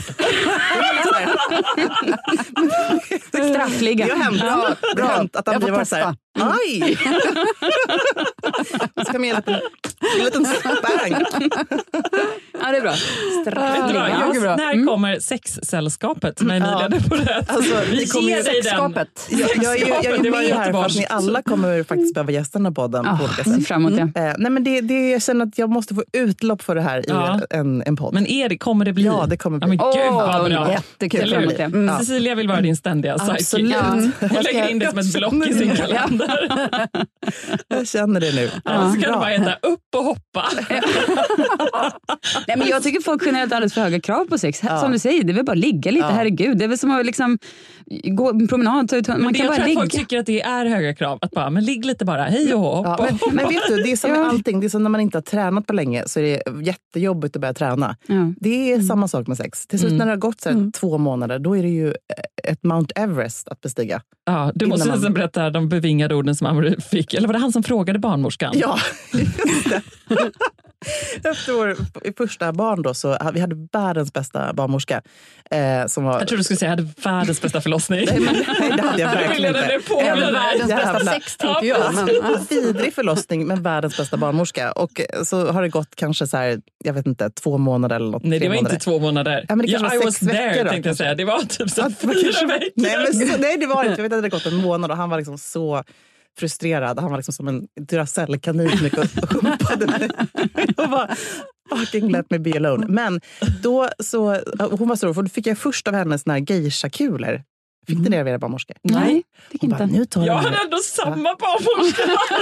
Straffliga. Det har hänt, bra, det har hänt att han blir bara så här, aj! Man ska med en liten, en liten spank. Ja, det är bra. Vet du vad, jag, bra. när kommer sexsällskapet med Emilia Ja. på det? Alltså, Vi kommer ger ju dig den. Sexskapet. Jag, jag, jag, jag är Det var med här för att jättebarskt. ni alla kommer faktiskt behöva gästa den här podden Ja, på olika ser sätt. fram emot det. Eh, nej, men det, det, jag känner att jag måste få utlopp för det här i Ja. en, en podd. Men är det, kommer det bli? Ja, det kommer bli. Ja, men gud vad bra. Jättekul. Eller hur? Fram emot det. Cecilia vill vara din ständiga sidekick. Absolut. Hon Jag lägger ska- in det som ett jag block i känner sin det. kalender. Jag känner det nu. Ja, så kan du Bra. bara heta upp och hoppa. Nej, men jag tycker folk generellt har alldeles för höga krav på sex. Ja. Som du säger, det är väl bara ligga lite, Ja. herregud. Det är väl som att liksom gå en promenad, ta ut, man Men det kan jag bara tror att ligga. folk tycker att det är höga krav. Att bara, men ligg lite bara, hej och hopp. Ja, men, men vet du, det är som med Ja. allting. Det är som när man inte har tränat på länge så är det jättejobbigt att börja träna. Ja. Det är samma sak med sex. Till slut Mm. när det har gått så här, två månader, då är det ju ett Mount Everest att bestiga. Ja, du måste Innan man- nästan berätta de bevingade orden som Amori fick. Eller var det han som frågade barnmorskan? Ja, just det. Efter vår första barn då, så vi hade världens bästa barnmorska. Eh, som var... Jag tror du skulle säga att jag hade världens bästa förlossning. Nej, men, nej, det hade jag Nu vill verkligen jag inte. det på Även dig. världens bästa Jävlar. sex, tänker jag. Men, En vidrig förlossning med världens bästa barnmorska. Och så har det gått kanske så här, jag vet inte, två månader eller något. Nej, det tre var månader. inte två månader. Ja, men det Ja, kanske I var was sex there, veckor då, tänkte jag kanske. säga. Det var typ så Ja, det var fyra kanske- veckor. Nej, men så, nej, det var inte. Jag vet att det hade gått en månad och han var liksom så frustrerad. Han var liksom som en Duracell-kanin som gick och humpade mig. Och bara, fucking let me be alone. Men då så, hon var så, för då fick jag först av henne såna här geisha-kulor. Fick ni det av era barnmorskor? Nej, det Hon kan bara, inte. nu tar Jag jag hade ändå samma barnmorska.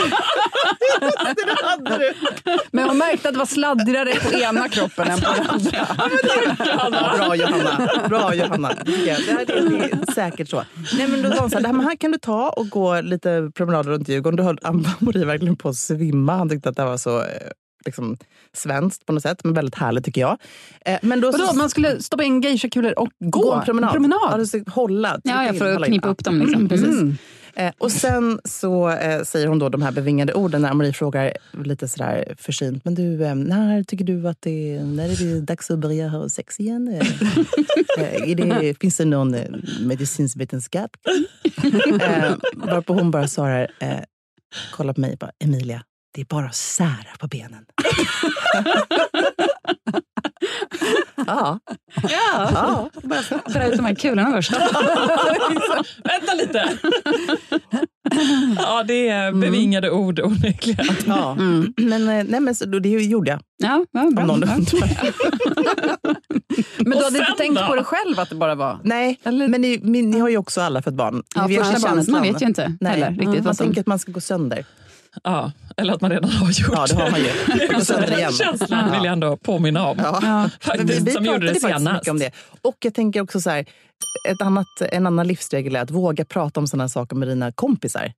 det hade du. men hon märkte att det var sladdrigare på ena kroppen än på den andra. Bra Johanna, bra Johanna. Det, det, här, det, det är säkert så. Nej, men då sa hon så här, det här, men här kan du ta och gå lite promenader runt Djurgården. Då höll Amori verkligen på att svimma. Han tyckte att det var så eh, liksom, svenskt på något sätt, men väldigt härligt tycker jag. Eh, men då, Vadå, man skulle stoppa in geisha-kulor och gå, gå en promenad. promenad. Ja, du ska hålla. Ja, ja, in, för att hålla in. knipa upp dem liksom. Precis. Mm. Eh, och sen så eh, säger hon då de här bevingade orden när Amori frågar lite sådär försynt. Men du, eh, när tycker du att det när är det dags att börja ha sex igen? Eh, är det, finns det någon eh, medicinsk vetenskap? eh, varpå hon bara svarar, eh, kolla på mig bara, Emilia, det är bara att sära på benen. Ja. Ja. Ja. Dra ut de här kulorna först. Vänta lite. Ja, det är bevingade ord onekligen. Ja. Mm. Men, eh, nej, men så, det gjorde jag. Ja, ja bra. Om någon Ja. Men du Och hade inte sen tänkt då? på det själv att det bara var... Nej, men ni, min, ni har ju också alla fått barn. Ni Ja, vet första barnet, känslan. man vet ju inte Nej. heller riktigt Man vad som... tänker att man ska gå sönder. Ja, eller att man redan har gjort Ja, det har man ju. det. Gå sönder igen. Känslan vill jag ändå påminna om. Ja. Ja. Men vi, Faktiskt, vi som gjorde pratade det faktiskt senast. mycket om det. Och jag tänker också så här, ett annat, en annan livsregel är att våga prata om sådana saker med dina kompisar.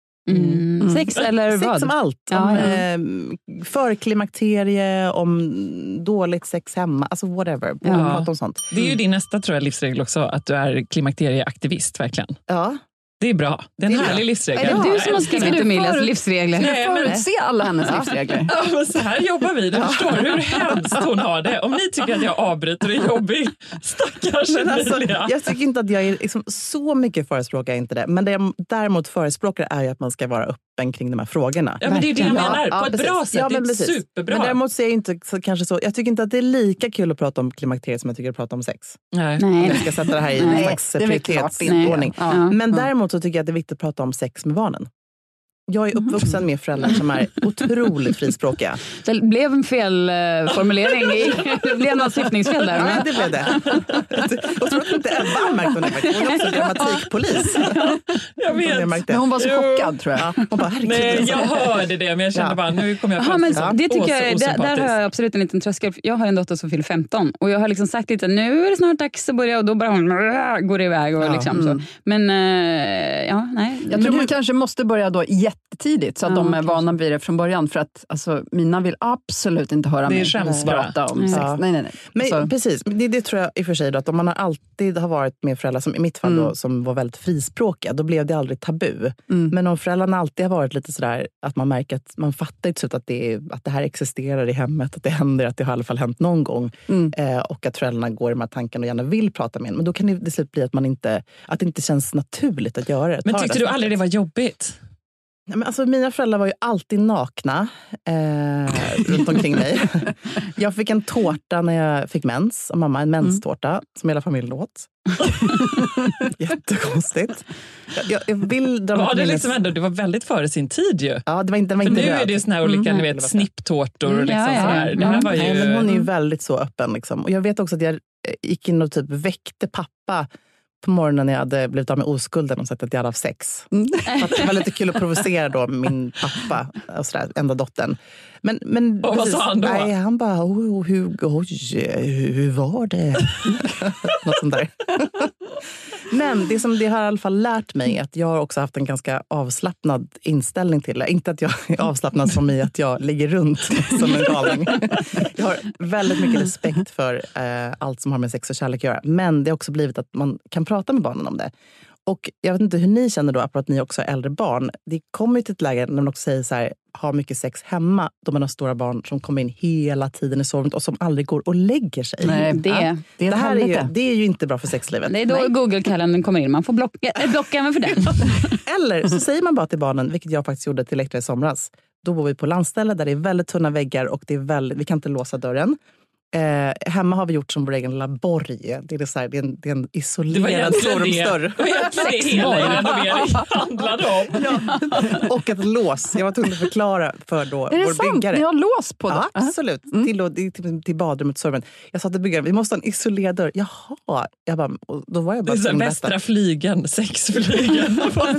Mm. Sex eller Sex vad? om allt. Ja, Om ja. eh, förklimakterie, om dåligt sex hemma. Alltså whatever. Ja. Prata om sånt. Det är ju din nästa tror jag, livsregel också, att du är klimakterieaktivist verkligen. Ja. Det är bra. Det är en Det är härlig bra. livsregel. Är det du som har Jag älskar skrivit det. Emilias förut- livsregler? Nej, men- Förutse alla hennes livsregler. Ja, men så här jobbar vi. Du förstår hur hemskt hon har det. Om ni tycker att jag avbryter och är jobbig, stackars Men alltså, Emilia. jag tycker inte att jag är liksom, så mycket förespråkar inte det. Men det jag däremot förespråkar är ju att man ska vara öppen kring de här frågorna. Ja, men det är det jag Ja, menar. ja, På ett precis. bra sätt. Ja, men det är precis. superbra. Men däremot ser jag inte så, kanske så. Jag tycker inte att det är lika kul att prata om klimakteriet som jag tycker att prata om sex. Nej. Nej. Jag ska sätta det här i en Nej, slags det är väl klart prioritetsordning. Nej. Ja. Men däremot så tycker jag att det är viktigt att prata om sex med barnen. Jag är uppvuxen med föräldrar som är otroligt frispråkiga. Det blev en felformulering. I, det blev något syftningsfel där. Ja, Men... det blev det. Jag tror att inte Ebba har märkt det. Hon är också grammatikpolis. Jag vet. Men hon var så chockad, tror jag. Hon bara, herregud. Nej, jag hörde det, men jag kände Ja. bara, nu kommer jag Aha, fram men till så, så- det tycker Åh, så jag, där, där har osympatiskt. jag absolut en liten tröskel. Jag har en dotter som fyller femton och jag har liksom sagt lite, nu är det snart dags att börja och då bara hon går iväg och Ja. liksom Mm. så. Men äh, ja, nej. Jag tror man kanske måste börja då jättetidigt så att Ja, de är kanske. vana vid det från början. För att alltså, mina vill absolut inte höra Det är mig skäms bara. prata om Nej. sex. Ja. Nej, nej, nej. Men Alltså, precis, det, det tror jag i och för sig då, att om man har alltid har varit med föräldrar, som i mitt fall Mm. då, som var väldigt frispråkiga, då blev det aldrig tabu. Mm. Men om föräldrarna alltid har varit lite sådär, att man märker att man fattar till slut att det, är, att det här existerar i hemmet, att det händer, att det har i alla fall hänt någon gång. Mm. Eh, och att föräldrarna går i de här tankarna och gärna vill prata med en. Men då kan det till slut bli att, man inte, att det inte känns naturligt att göra det. Men Ta tyckte det du snacket. aldrig det var jobbigt? Nej, men alltså, mina föräldrar var ju alltid nakna. Eh, runt omkring mig. Jag fick en tårta när jag fick mens av mamma, en menstårta mm. som hela familjen åt. Jättekonstigt. Jag, jag vill dra ja, det, liksom ändå, det var väldigt före sin tid ju. Ja, det var inte, det var inte nu röd. är det ju såna här olika mm. ni vet, snipptårtor och liksom ja, ja. sådär. Det här var ju... Nej, men hon är ju väldigt så öppen. Liksom. Och jag vet också att jag gick in och typ väckte pappa på morgonen när jag hade blivit av med oskulden och sagt att jag hade haft sex. Mm. Det var lite kul att provocera då min pappa, och sådär, enda dottern. Men, men och precis, vad sa han då? Nej, han bara, oh, hur, oj, hur var det? Något sånt där. Men det som det har i alla fall lärt mig är att jag har också haft en ganska avslappnad inställning till det. Inte att jag är avslappnad som i att jag ligger runt som en galning. Jag har väldigt mycket respekt för eh, allt som har med sex och kärlek att göra. Men det har också blivit att man kan prata med barnen om det. Och jag vet inte hur ni känner då, att ni också är äldre barn. Det kommer ju till ett läge när man också säger så här, har mycket sex hemma, då man har stora barn som kommer in hela tiden i sovrummet och som aldrig går och lägger sig. Nej, det, ja. det, är det här är ju, det är ju inte bra för sexlivet. Det är då Google-kalendern kommer in. Man får blocka, blocka även för den. Eller så säger man bara till barnen, vilket jag faktiskt gjorde till Elektra i somras. Då bor vi på landställe där det är väldigt tunna väggar och det är väldigt, vi kan inte låsa dörren. Eh, hemma har vi gjort som vår egen lilla borg. Det är, så här, det är, en, det är en isolerad sovrumsdörr. Det var egentligen det hela renovering handlade om. Ja. Och ett lås. Jag var tvungen att förklara för då är det vår sant? byggare. Ni har lås på det? Ja, absolut. Mm. Till, till, till badrummet, sovrummet. Jag sa till byggaren, vi måste ha en isolerad dörr. Jaha. Jag bara, då var jag bara det är så västra flygen, sexflygen.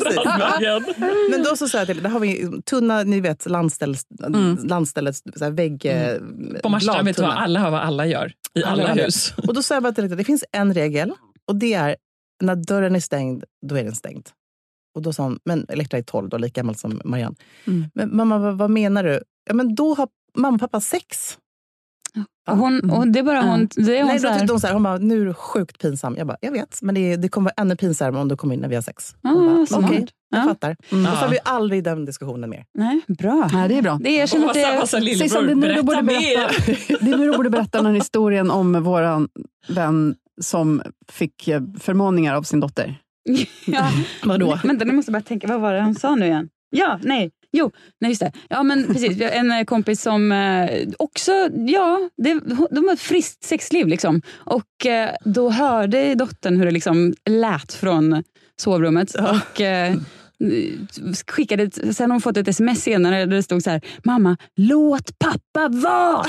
Men då så sa jag till, där har vi tunna, ni vet, landställ, mm. landstället, så här, vägg... Mm. På Marstrand vet du vad alla har, vad alla gör i alla, alla hus. Och då sa jag bara till, det finns en regel och det är, när dörren är stängd, då är den stängd. Och då sa hon, men Elektra är tolv då, lika gammal som Marianne. Mm. Men mamma, vad, vad menar du? Ja, men då har mamma och pappa sex. Ja. Och hon, och det är bara hon... Det är hon Nej, så här... då tyckte hon så här, hon bara, nu är du sjukt pinsam. Jag bara, jag vet, men det, det kommer vara ännu pinsammare om du kommer in när vi har sex. Ah, Okej, okay, jag ja. fattar. Mm. Då får vi aldrig den diskussionen mer. Nej, bra. Nej, det är bra. Det är, jag känner att det... Vad lillebror, berätta, berätta mer. Det är nu du borde berätta den här historien om våran vän som fick förmaningar av sin dotter. Ja. Vadå? Vänta, nu måste jag bara tänka, vad var det han sa nu igen? Ja, nej. Jo, nej just det. Ja, men precis. En kompis som eh, också, ja, det, de har ett friskt sexliv liksom. Och eh, då hörde dottern hur det liksom lät från sovrummet. Ja. Och eh, skickade, sen har hon fått ett sms senare där det stod så här: mamma, låt pappa vara!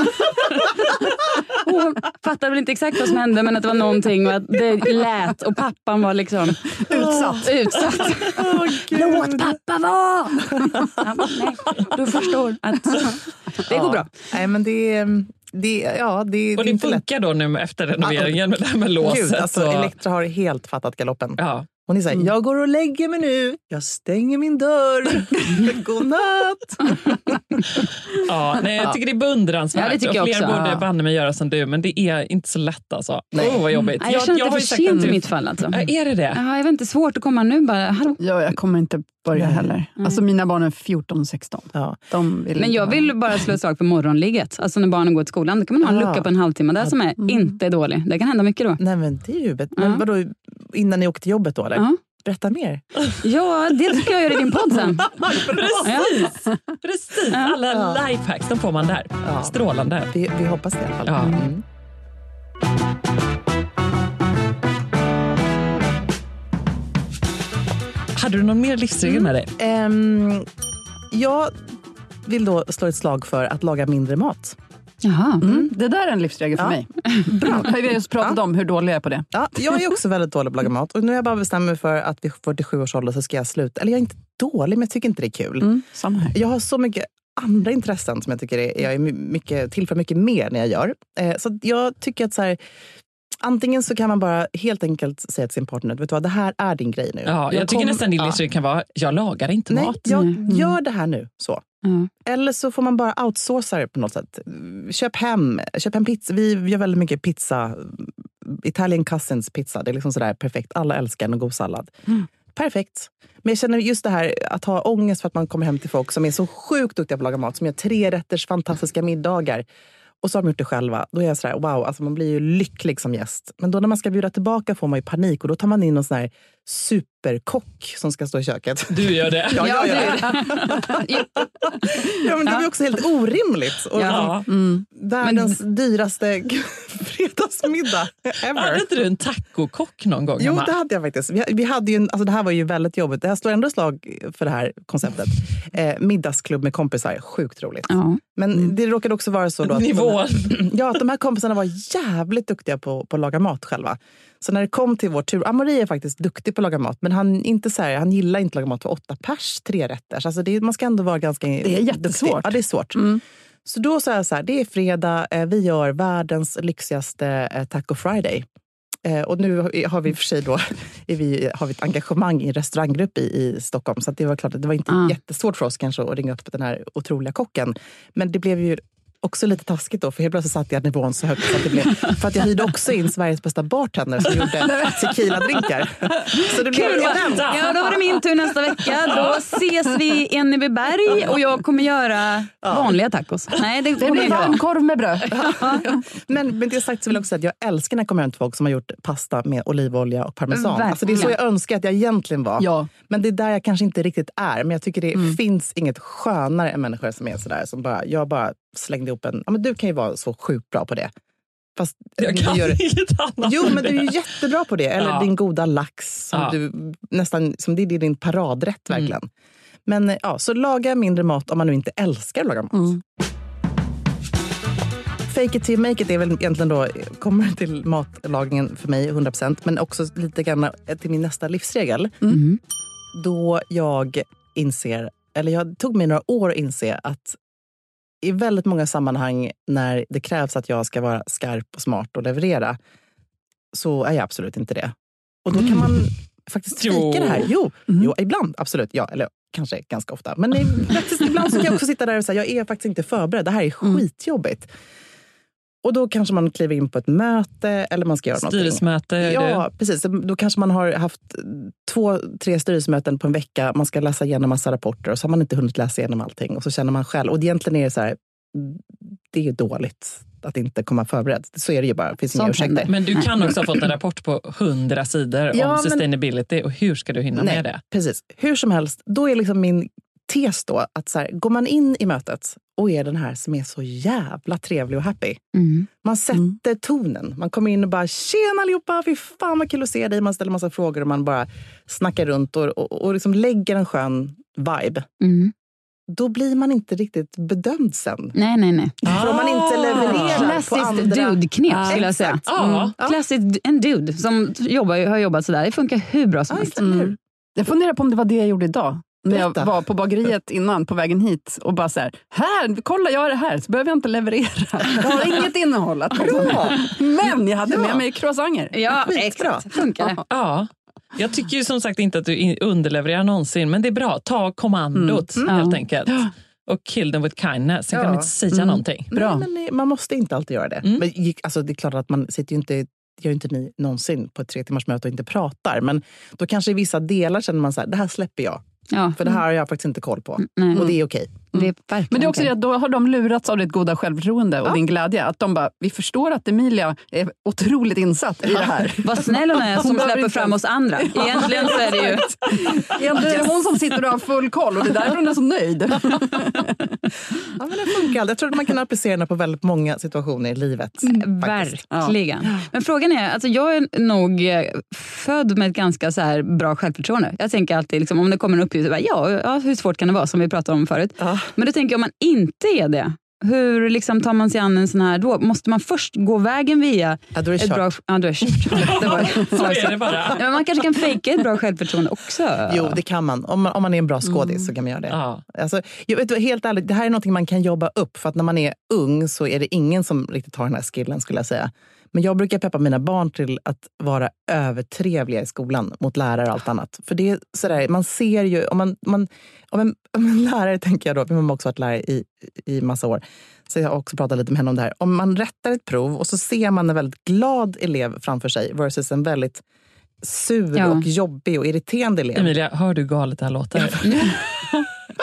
Hon fattade väl inte exakt vad som hände, men att det var någonting och att det lät och pappan var liksom utsatt. utsatt. Oh, låt pappa vara! Ja, nej, du förstår att det går ja. bra. Nej, men det är... Det, ja, det, och det, det funkar då nu efter renoveringen med det här med låset. Gud, alltså, och... Elektra har helt fattat galoppen. Ja. Hon är så här, jag går och lägger mig nu. Jag stänger min dörr. Godnatt. Ja, nej, jag tycker det är beundransvärt. Ja, det tycker och jag fler också. borde banne mig göra som du, men det är inte så lätt alltså. Nej. Åh, vad jobbigt. Nej, jag känner jag, att det är för sent i mitt fall alltså. Ja, är det det? Ja, jag vet inte, svårt att komma nu bara. Hallå. Ja, jag kommer inte börja heller. Mm. Alltså mina barn är fjorton och sexton. Ja. De vill men jag vill bara slå ett slag för morgonligget. Alltså när barnen går till skolan, då kan man ha en ja. lucka på en halvtimme där som är mm. inte dålig. Det kan hända mycket då. Nej, men det är ju bättre. Men ja. vadå, innan ni åker till jobbet då eller? Ja. Berätta mer. Ja, det ska jag göra i din podd sen. Precis. Ja. Precis. Alla ja. lifehacks, de får man där. Ja. Strålande. Vi, vi hoppas det i alla fall. Ja. Mm. Hade du någon mer livsregel med dig? Mm. Um, jag vill då slå ett slag för att laga mindre mat. Jaha. Mm. Det där är en livsregel för ja. mig. Bra. Vi har just pratat ja. om hur dålig jag är på det. Ja, jag är också väldigt dålig på att laga mat. Och nu har jag bara bestämt mig för att vid fyrtiosju års ålder så ska jag sluta. Eller jag är inte dålig, men jag tycker inte det är kul. Mm, samma här. Jag har så mycket andra intressen som jag tycker är, jag är mycket, tillför mycket mer när jag gör. Eh, så jag tycker att så här, antingen så kan man bara helt enkelt säga till sin partner, vet du vad, det här är din grej nu. Ja, jag, jag tycker kom, nästan din livsregel ja. kan vara, jag lagar inte Nej, mat. jag mm. gör det här nu, så. Mm. Eller så får man bara outsourca det på något sätt. Köp hem, köp hem pizza. Vi gör väldigt mycket pizza. Italian Cousins pizza. Det är liksom sådär perfekt. Alla älskar en god sallad. Mm. Perfekt. Men jag känner just det här att ha ångest för att man kommer hem till folk som är så sjukt duktiga på att laga mat. Som gör tre rätters fantastiska middagar. Och så har de gjort det själva. Då är jag så här, wow, alltså man blir ju lycklig som gäst. Men då när man ska bjuda tillbaka får man ju panik. Och då tar man in någon sån här superkock som ska stå i köket. Du gör det. Ja, jag gör det. Ja, men det är ju också helt orimligt. Och Ja. mm. Världens men... dyraste fredagsmiddag ever. Hade inte du en tacokock någon gång? Jo, hemma? det hade jag faktiskt. Vi, vi hade ju en, alltså det här var ju väldigt jobbigt. Det här står ändå slag för det här konceptet. Eh, middagsklubb med kompisar. Sjukt roligt. Ja. Men mm. det råkade också vara så då att Nivån. De här, ja, att de här kompisarna var jävligt duktiga på, på att laga mat själva. Så när det kom till vår tur, Amori är faktiskt duktig på att laga mat, men han inte så här, han gillar inte att laga mat för åtta pers, tre rätter. Alltså det, man ska ändå vara ganska Det är jättesvårt. Duktig. Ja, det är svårt. Mm. Så då sa jag så här, det är fredag, eh, vi gör världens lyxigaste eh, Taco Friday. Eh, och nu har vi för sig då, är vi, har vi ett engagemang i en restauranggrupp i, i Stockholm. Så att det var klart att det var inte ah. jättesvårt för oss kanske att ringa upp den här otroliga kocken. Men det blev ju också lite taskigt då, för helt plötsligt satt jag nivån så högt så att det blev, för att jag hyrde också in Sveriges bästa bartender som gjorde tequila-drinkar. Så det blev Kul, ja, då var det min tur nästa vecka. Då ses vi i Enebyberg och jag kommer göra vanliga tacos. Nej, det, det blir varmkorv med bröd. men, men det sagt så vill jag också säga att jag älskar när jag kommer hem till folk som har gjort pasta med olivolja och parmesan. Alltså det är så jag önskar att jag egentligen var. Ja. Men det är där jag kanske inte riktigt är. Men jag tycker det mm. finns inget skönare än människor som är sådär. Som bara, jag bara slängde ihop en... Ja, men du kan ju vara så sjukt bra på det. Fast jag kan gör, inget annat. Jo, men du är ju jättebra på det. Eller ja. din goda lax. Som, ja. du, nästan, som det är din paradrätt, verkligen. Mm. Men ja, så laga mindre mat om man nu inte älskar att laga mat. Mm. Fake it till make it är väl egentligen då, kommer till matlagningen för mig hundra procent. Men också lite grann till min nästa livsregel. Mm. Då jag inser, eller jag tog mig några år att inse att i väldigt många sammanhang när det krävs att jag ska vara skarp och smart och leverera, så är jag absolut inte det. Och då kan man mm. faktiskt fejka det här. Jo, mm. jo, ibland, absolut. Ja, eller kanske ganska ofta. Men i, faktiskt, ibland så kan jag också sitta där och säga, jag är faktiskt inte förberedd. Det här är skitjobbigt. Och då kanske man kliver in på ett möte eller man ska göra någonting. Styrelsemöte. Ja, precis. Då kanske man har haft två, tre styrelsemöten på en vecka. Man ska läsa igenom massa rapporter och så har man inte hunnit läsa igenom allting. Och så känner man själv. Och egentligen är det så här, det är dåligt att inte komma förberedd. Så är det ju bara. Det finns inga ursäkter. Men du kan också ha fått en rapport på hundra sidor ja, om sustainability. Men... Och hur ska du hinna nej, med det? Precis. Hur som helst, då är liksom min tes då att så här, går man in i mötet och är den här som är så jävla trevlig och happy. Mm. Man sätter mm. tonen. Man kommer in och bara, tjena allihopa, fy fan vad kul att se dig. Man ställer massa frågor och man bara snackar runt och, och, och liksom lägger en skön vibe. Mm. Då blir man inte riktigt bedömd sen. Nej, nej, nej. För om man inte levererar klassiskt på andra... dude-knep skulle jag säga. Mm. Klassiskt en dude som jobbar, har jobbat sådär. Det funkar hur bra som helst. Mm. Jag funderar på om det var det jag gjorde idag. När jag var på bageriet innan, på vägen hit. Och bara så här, här, kolla jag har det här. Så behöver jag inte leverera. Jag har inget innehåll att bra. Men jag hade ja. med mig croissanter. Ja, exakt. Funkar det. Ja. Jag tycker ju som sagt inte att du underlevererar någonsin. Men det är bra. Ta kommandot mm. helt enkelt. Och kill them with kindness. Sen ja. kan de inte säga mm. någonting. Bra. Nej, men man måste inte alltid göra det. Mm. Men, alltså, det är klart att man sitter ju inte... gör inte ni någonsin på ett tre timmars möte och inte pratar. Men då kanske i vissa delar känner man så här, det här släpper jag. Ja. För det här har jag faktiskt inte koll på. Mm. Och det är okej. Mm. Men det är också det att då har de lurats av ditt goda självförtroende och ja. din glädje. Att de bara, vi förstår att Emilia är otroligt insatt i det här. Vad snäll hon är som hon släpper fram oss andra. Ja. Egentligen så är det ju... Egentligen är det hon som sitter och har full koll och det är därför hon är så nöjd. Ja, men det funkar. Jag tror att man kan applicera det på väldigt många situationer i livet. Mm. Verkligen. Ja. Men frågan är, alltså jag är nog född med ett ganska så här bra självförtroende. Jag tänker alltid, liksom, om det kommer en uppgift, bara, ja, ja, hur svårt kan det vara som vi pratade om förut. Ja. Men då tänker jag, om man inte är det, hur liksom tar man sig an en sån här, då måste man först gå vägen via ja, då är det ett bra... Ja, då är det det var, så är det bara. Ja, men man kanske kan fejka ett bra självförtroende också. Jo, det kan man. Om man, om man är en bra skådis mm. så kan man göra det. Ja. Alltså, jag vet, helt ärligt, det här är något man kan jobba upp. För att när man är ung så är det ingen som riktigt har den här skillen, skulle jag säga. Men jag brukar peppa mina barn till att vara övertrevliga i skolan mot lärare och allt annat. För det är sådär, man ser ju, om man, man, om en, om en lärare tänker jag då, för man har också varit lärare i, i massa år. Så jag har också pratat lite med henne om det här. Om man rättar ett prov och så ser man en väldigt glad elev framför sig versus en väldigt sur ja. och jobbig och irriterande elev. Emilia, hör du galet det här låter?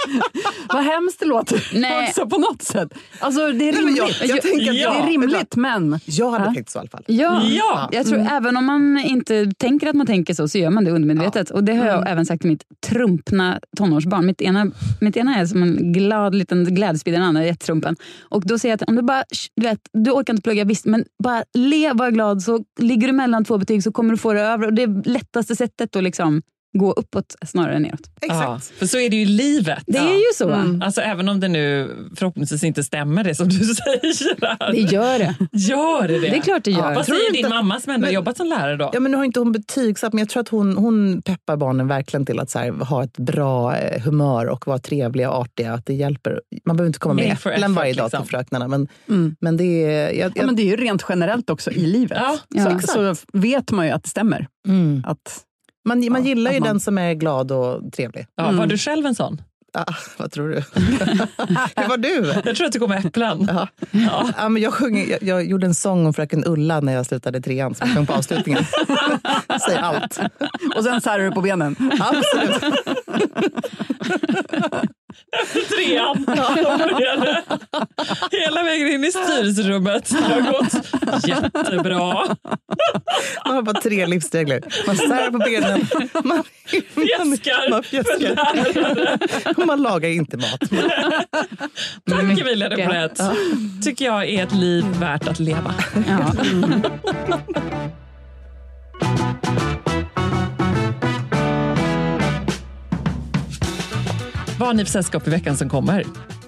Vad hemskt det låter. Nej. Också på något sätt. Alltså det är rimligt. Jag, jag tänker att ja. Det är rimligt, men... Jag hade ja. tänkt så i alla fall. Ja, Ja. jag tror Mm. även om man inte tänker att man tänker så, så gör man det undermedvetet. Och det har jag Mm. även sagt till mitt trumpna tonårsbarn. Mitt ena, mitt ena är som en glad liten glädjespid, den andra är jättetrumpen. Och då säger jag att om du bara, du vet, du orkar inte plugga, visst, men bara le, var glad, så ligger du mellan två betyg så kommer du få det över. Och det är lättaste sättet att liksom gå uppåt snarare än neråt. Exakt. Ja, för så är det ju i livet. Det är ju så. Mm. Alltså även om det nu förhoppningsvis inte stämmer det som du säger. Det gör det. Gör det det? Det är klart det gör. Ja, vad Tror säger du din inte- mamma som ändå har Men- jobbat som lärare då? Ja, men nu har inte hon betygsatt, men jag tror att hon, hon peppar barnen verkligen till att så här, ha ett bra eh, humör och vara trevliga och artiga. Att det hjälper. Man behöver inte komma med Made for äpplen effort, varje dag liksom. till fröknarna. Men, Mm. men det är... Jag, jag, Ja, men det är ju rent generellt också i livet. Ja, ja, så, så vet man ju att det stämmer. mm. Att, man, man Ja, gillar ju att man- den som är glad och trevlig. Ja, Mm. var du själv en sån? Ah, vad tror du? Hur var du? Jag tror att du kom med äpplen. Ja. Ja. Ja, men jag, sjöng, jag, jag gjorde en sång om fröken Ulla när jag slutade trean, som jag sjöng på avslutningen. Säg allt. och sen särrar du på benen. Absolut. Trean. Ja. Började. Hela vägen in i styrelserummet. Det har gått jättebra. Man har bara tre livsregler. Man sär på benen. Man Fjäskar. Man fjäskar. Och man lagar inte mat. Tack Emilia de Porrett. Tycker jag är ett liv värt att leva. Ja. Mm. Vad har ni för sällskap i veckan som kommer?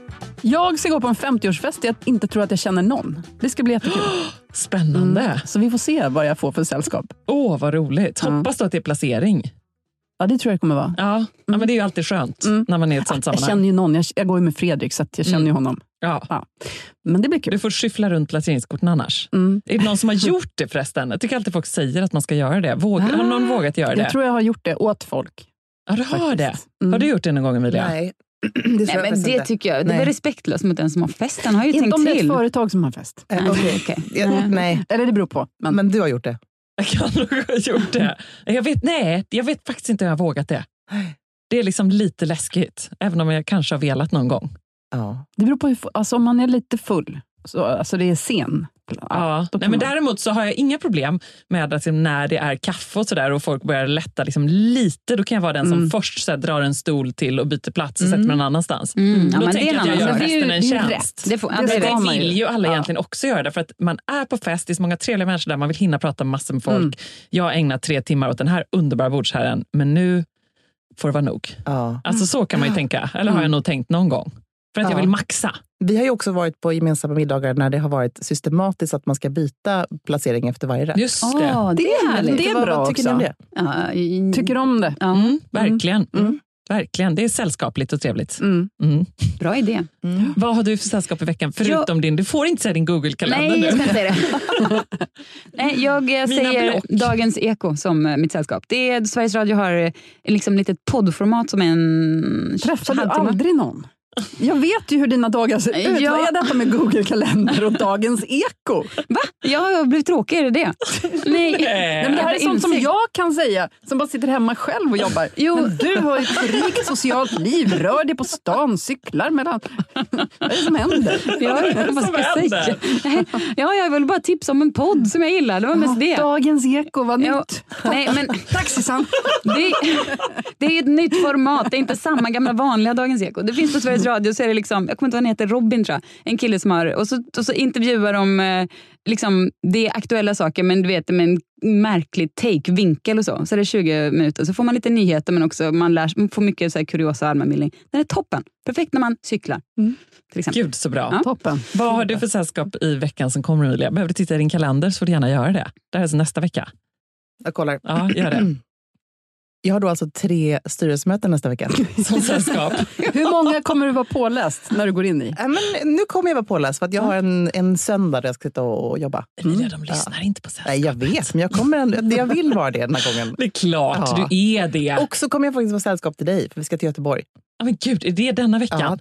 Jag ska gå på en femtioårsfest jag inte tror att jag känner någon. Det ska bli jättekul. Spännande. Mm. Så vi får se vad jag får för sällskap. Åh, vad roligt. Hoppas då att det är placering. Ja, det tror jag det kommer vara. Ja, ja men det är ju alltid skönt Mm. när man är i ett sånt Jag sammanhang. känner ju någon. Jag, jag går ju med Fredrik så att jag känner ju Mm. honom. Ja. Ja. Men det blir kul. Du får skyffla runt placeringskorten annars. Mm. Är det någon som har gjort det förresten? Jag tycker alltid folk säger att man ska göra det. Våg, har någon vågat göra det? Jag tror jag har gjort det åt folk. Ja, du har faktiskt. det. Mm. Har du gjort det någon gång, Emilia? Nej. Det, tror Nej, jag men faktiskt det inte. tycker jag. Det Nej. var respektlöst mot den som har festen. Har ju Inte tänkt om det är ett till. företag som har fest. Eh, okej. Okej. Ja, nej. Eller det beror på. Men, Men du har gjort det. Jag kan nog ha gjort det. Jag vet, nej, jag vet faktiskt inte om jag har vågat det. Det är liksom lite läskigt. Även om jag kanske har velat någon gång. Ja. det beror på hur, alltså, om man är lite full. Så, alltså det är sen. Ja, då nej, kan men man- däremot så har jag inga problem med att när det är kaffe och sådär och folk börjar lätta liksom lite, då kan jag vara den som Mm. först så här, drar en stol till och byter plats och sätter mig någon annanstans. Mm, ja, Då men tänker det är jag att jag en gör annan sak. festen en Det är ju tjänst. rätt. Det får- ja, Det det ska Det man vill ju alla Ja. egentligen också göra det, för att man är på fest, det är så många trevliga människor där, man vill hinna prata med massor med folk. Mm. Jag har ägnat tre timmar åt den här underbara bordsherren, men nu får det vara nog. Ja. Alltså så kan man ju tänka, eller har jag nog tänkt någon gång. För att jag Ja. vill maxa. Vi har ju också varit på gemensamma middagar när det har varit systematiskt att man ska byta placering efter varje rätt. Just det. Åh, det är härligt. Det är Vad- bra vad tycker ni om också. det? Ja, i- Tycker om det. ja, Mm, verkligen. Mm. Verkligen, det är sällskapligt och trevligt. Mm. Mm. bra idé. Vad har du för sällskap i veckan? Förutom din, du får inte säga din Google-kalender Nej, nu. jag ska inte säga det. Nej, jag eh, Mina säger block. Dagens Eko som eh, mitt sällskap. Det är, Sveriges Radio har eh, liksom litet poddformat som är en Träffar du halvtimme. aldrig någon? Jag vet ju hur dina dagar ser ut. Ja. Vad är detta med Google-kalender och Dagens Eko? Va? Jag har blivit tråkig, är det det? Nej. Nej, men det här är sånt som jag kan säga, som bara sitter hemma själv och jobbar. Jo. Men du har ett så rikt socialt liv, rör dig på stan, cyklar mellan... Vad är det som händer? Ja, vad ska jag säga? Ja, jag vill bara tipsa om en podd som jag gillar. Det var mest det. Dagens Eko, vad Ja. nytt. Nej, men Tack Susanne. det, det är ett nytt format. Det är inte samma gamla vanliga Dagens Eko. Det finns på Sveriges Radio, så är det liksom, jag kommer inte ihåg vad han heter, Robin tror jag. En kille som har, och så, och så intervjuar de eh, liksom, det är aktuella saker, men du vet, med en märklig take-vinkel och så. Så det är tjugo minuter. Så får man lite nyheter, men också man, lär, man får mycket så här kuriosa allmänbildning. Den är toppen. Perfekt när man cyklar. Mm. Till exempel. Gud så bra. Ja. Toppen. Vad har du för sällskap i veckan som kommer, Emilia? Behöver du titta i din kalender så får du gärna göra det. Det här är alltså nästa vecka. Jag kollar. Ja, gör det. Jag har då alltså tre styrelsemöten nästa vecka. Som sällskap. Hur många kommer du vara påläst när du går in i? Ja, men nu kommer jag vara påläst för att jag har en, en söndag där jag ska sitta och, och jobba. Emilia, de lyssnar inte på sällskap. Nej, jag vet, men jag, kommer ändå, jag vill vara det den här gången. Det är klart, Ja. du är det. Och så kommer jag faktiskt vara sällskap till dig, för vi ska till Göteborg. Ja, men gud, är det denna veckan? Ja.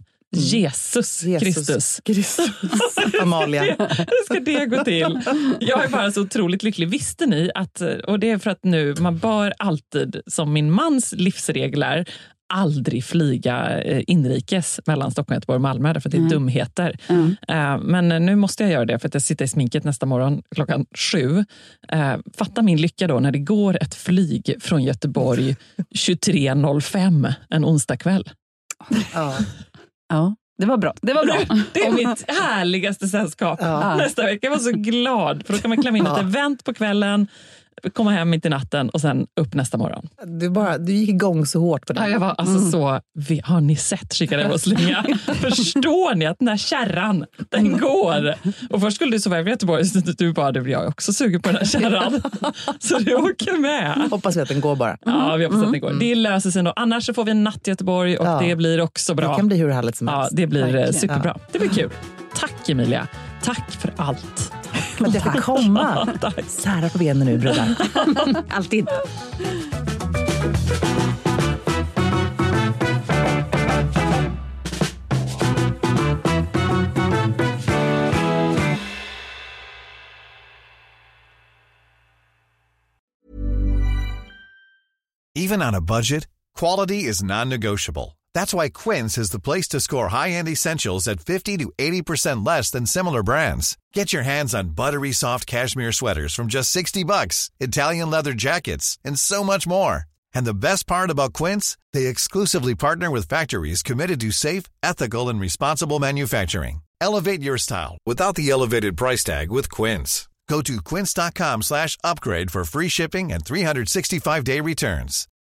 Jesus, Jesus Kristus. Kristus. Amalia. Hur ska det gå till? Jag är bara så otroligt lycklig. Visste ni att, och det är för att nu, man bör alltid, som min mans livsregel är, aldrig flyga eh, inrikes mellan Stockholm, Göteborg och Malmö därför att det är mm. dumheter. Mm. Eh, men nu måste jag göra det för att jag sitter i sminket nästa morgon klockan sju. Eh, fatta min lycka då när det går ett flyg från Göteborg tjugotre noll fem en onsdag kväll. Ja. Ja. Det var bra. Det var bra. Det är mitt härligaste sällskap. Ja. Nästa vecka. Jag var så glad. För då kan man klämma in ett event på kvällen, komma hem mitt i natten och sen upp nästa morgon. Du, bara, du gick igång så hårt på det. Ja, jag var alltså mm. så... Har ni sett skickade och slinga? Förstår ni att den här kärran, den går? Och först skulle du så väl i Göteborg så du bara, du jag är också sugen på den här kärran. Så du åker med. Hoppas vi att den går bara. Ja, vi hoppas mm. att den går. Det löser sig nog. Annars så får vi en natt i Göteborg och ja. det blir också bra. Det kan bli hur härligt som helst. Ja, det blir Verkligen. superbra. Det blir kul. Tack Emilia. Tack för allt. Men det får komma. Sära på benen nu, bröder. Alltid. Even on a budget, quality is non-negotiable. That's why Quince is the place to score high-end essentials at fifty to eighty percent less than similar brands. Get your hands on buttery soft cashmere sweaters from just sixty bucks, Italian leather jackets, and so much more. And the best part about Quince, they exclusively partner with factories committed to safe, ethical, and responsible manufacturing. Elevate your style without the elevated price tag with Quince. Go to quince.com slash upgrade for free shipping and three sixty-five day returns.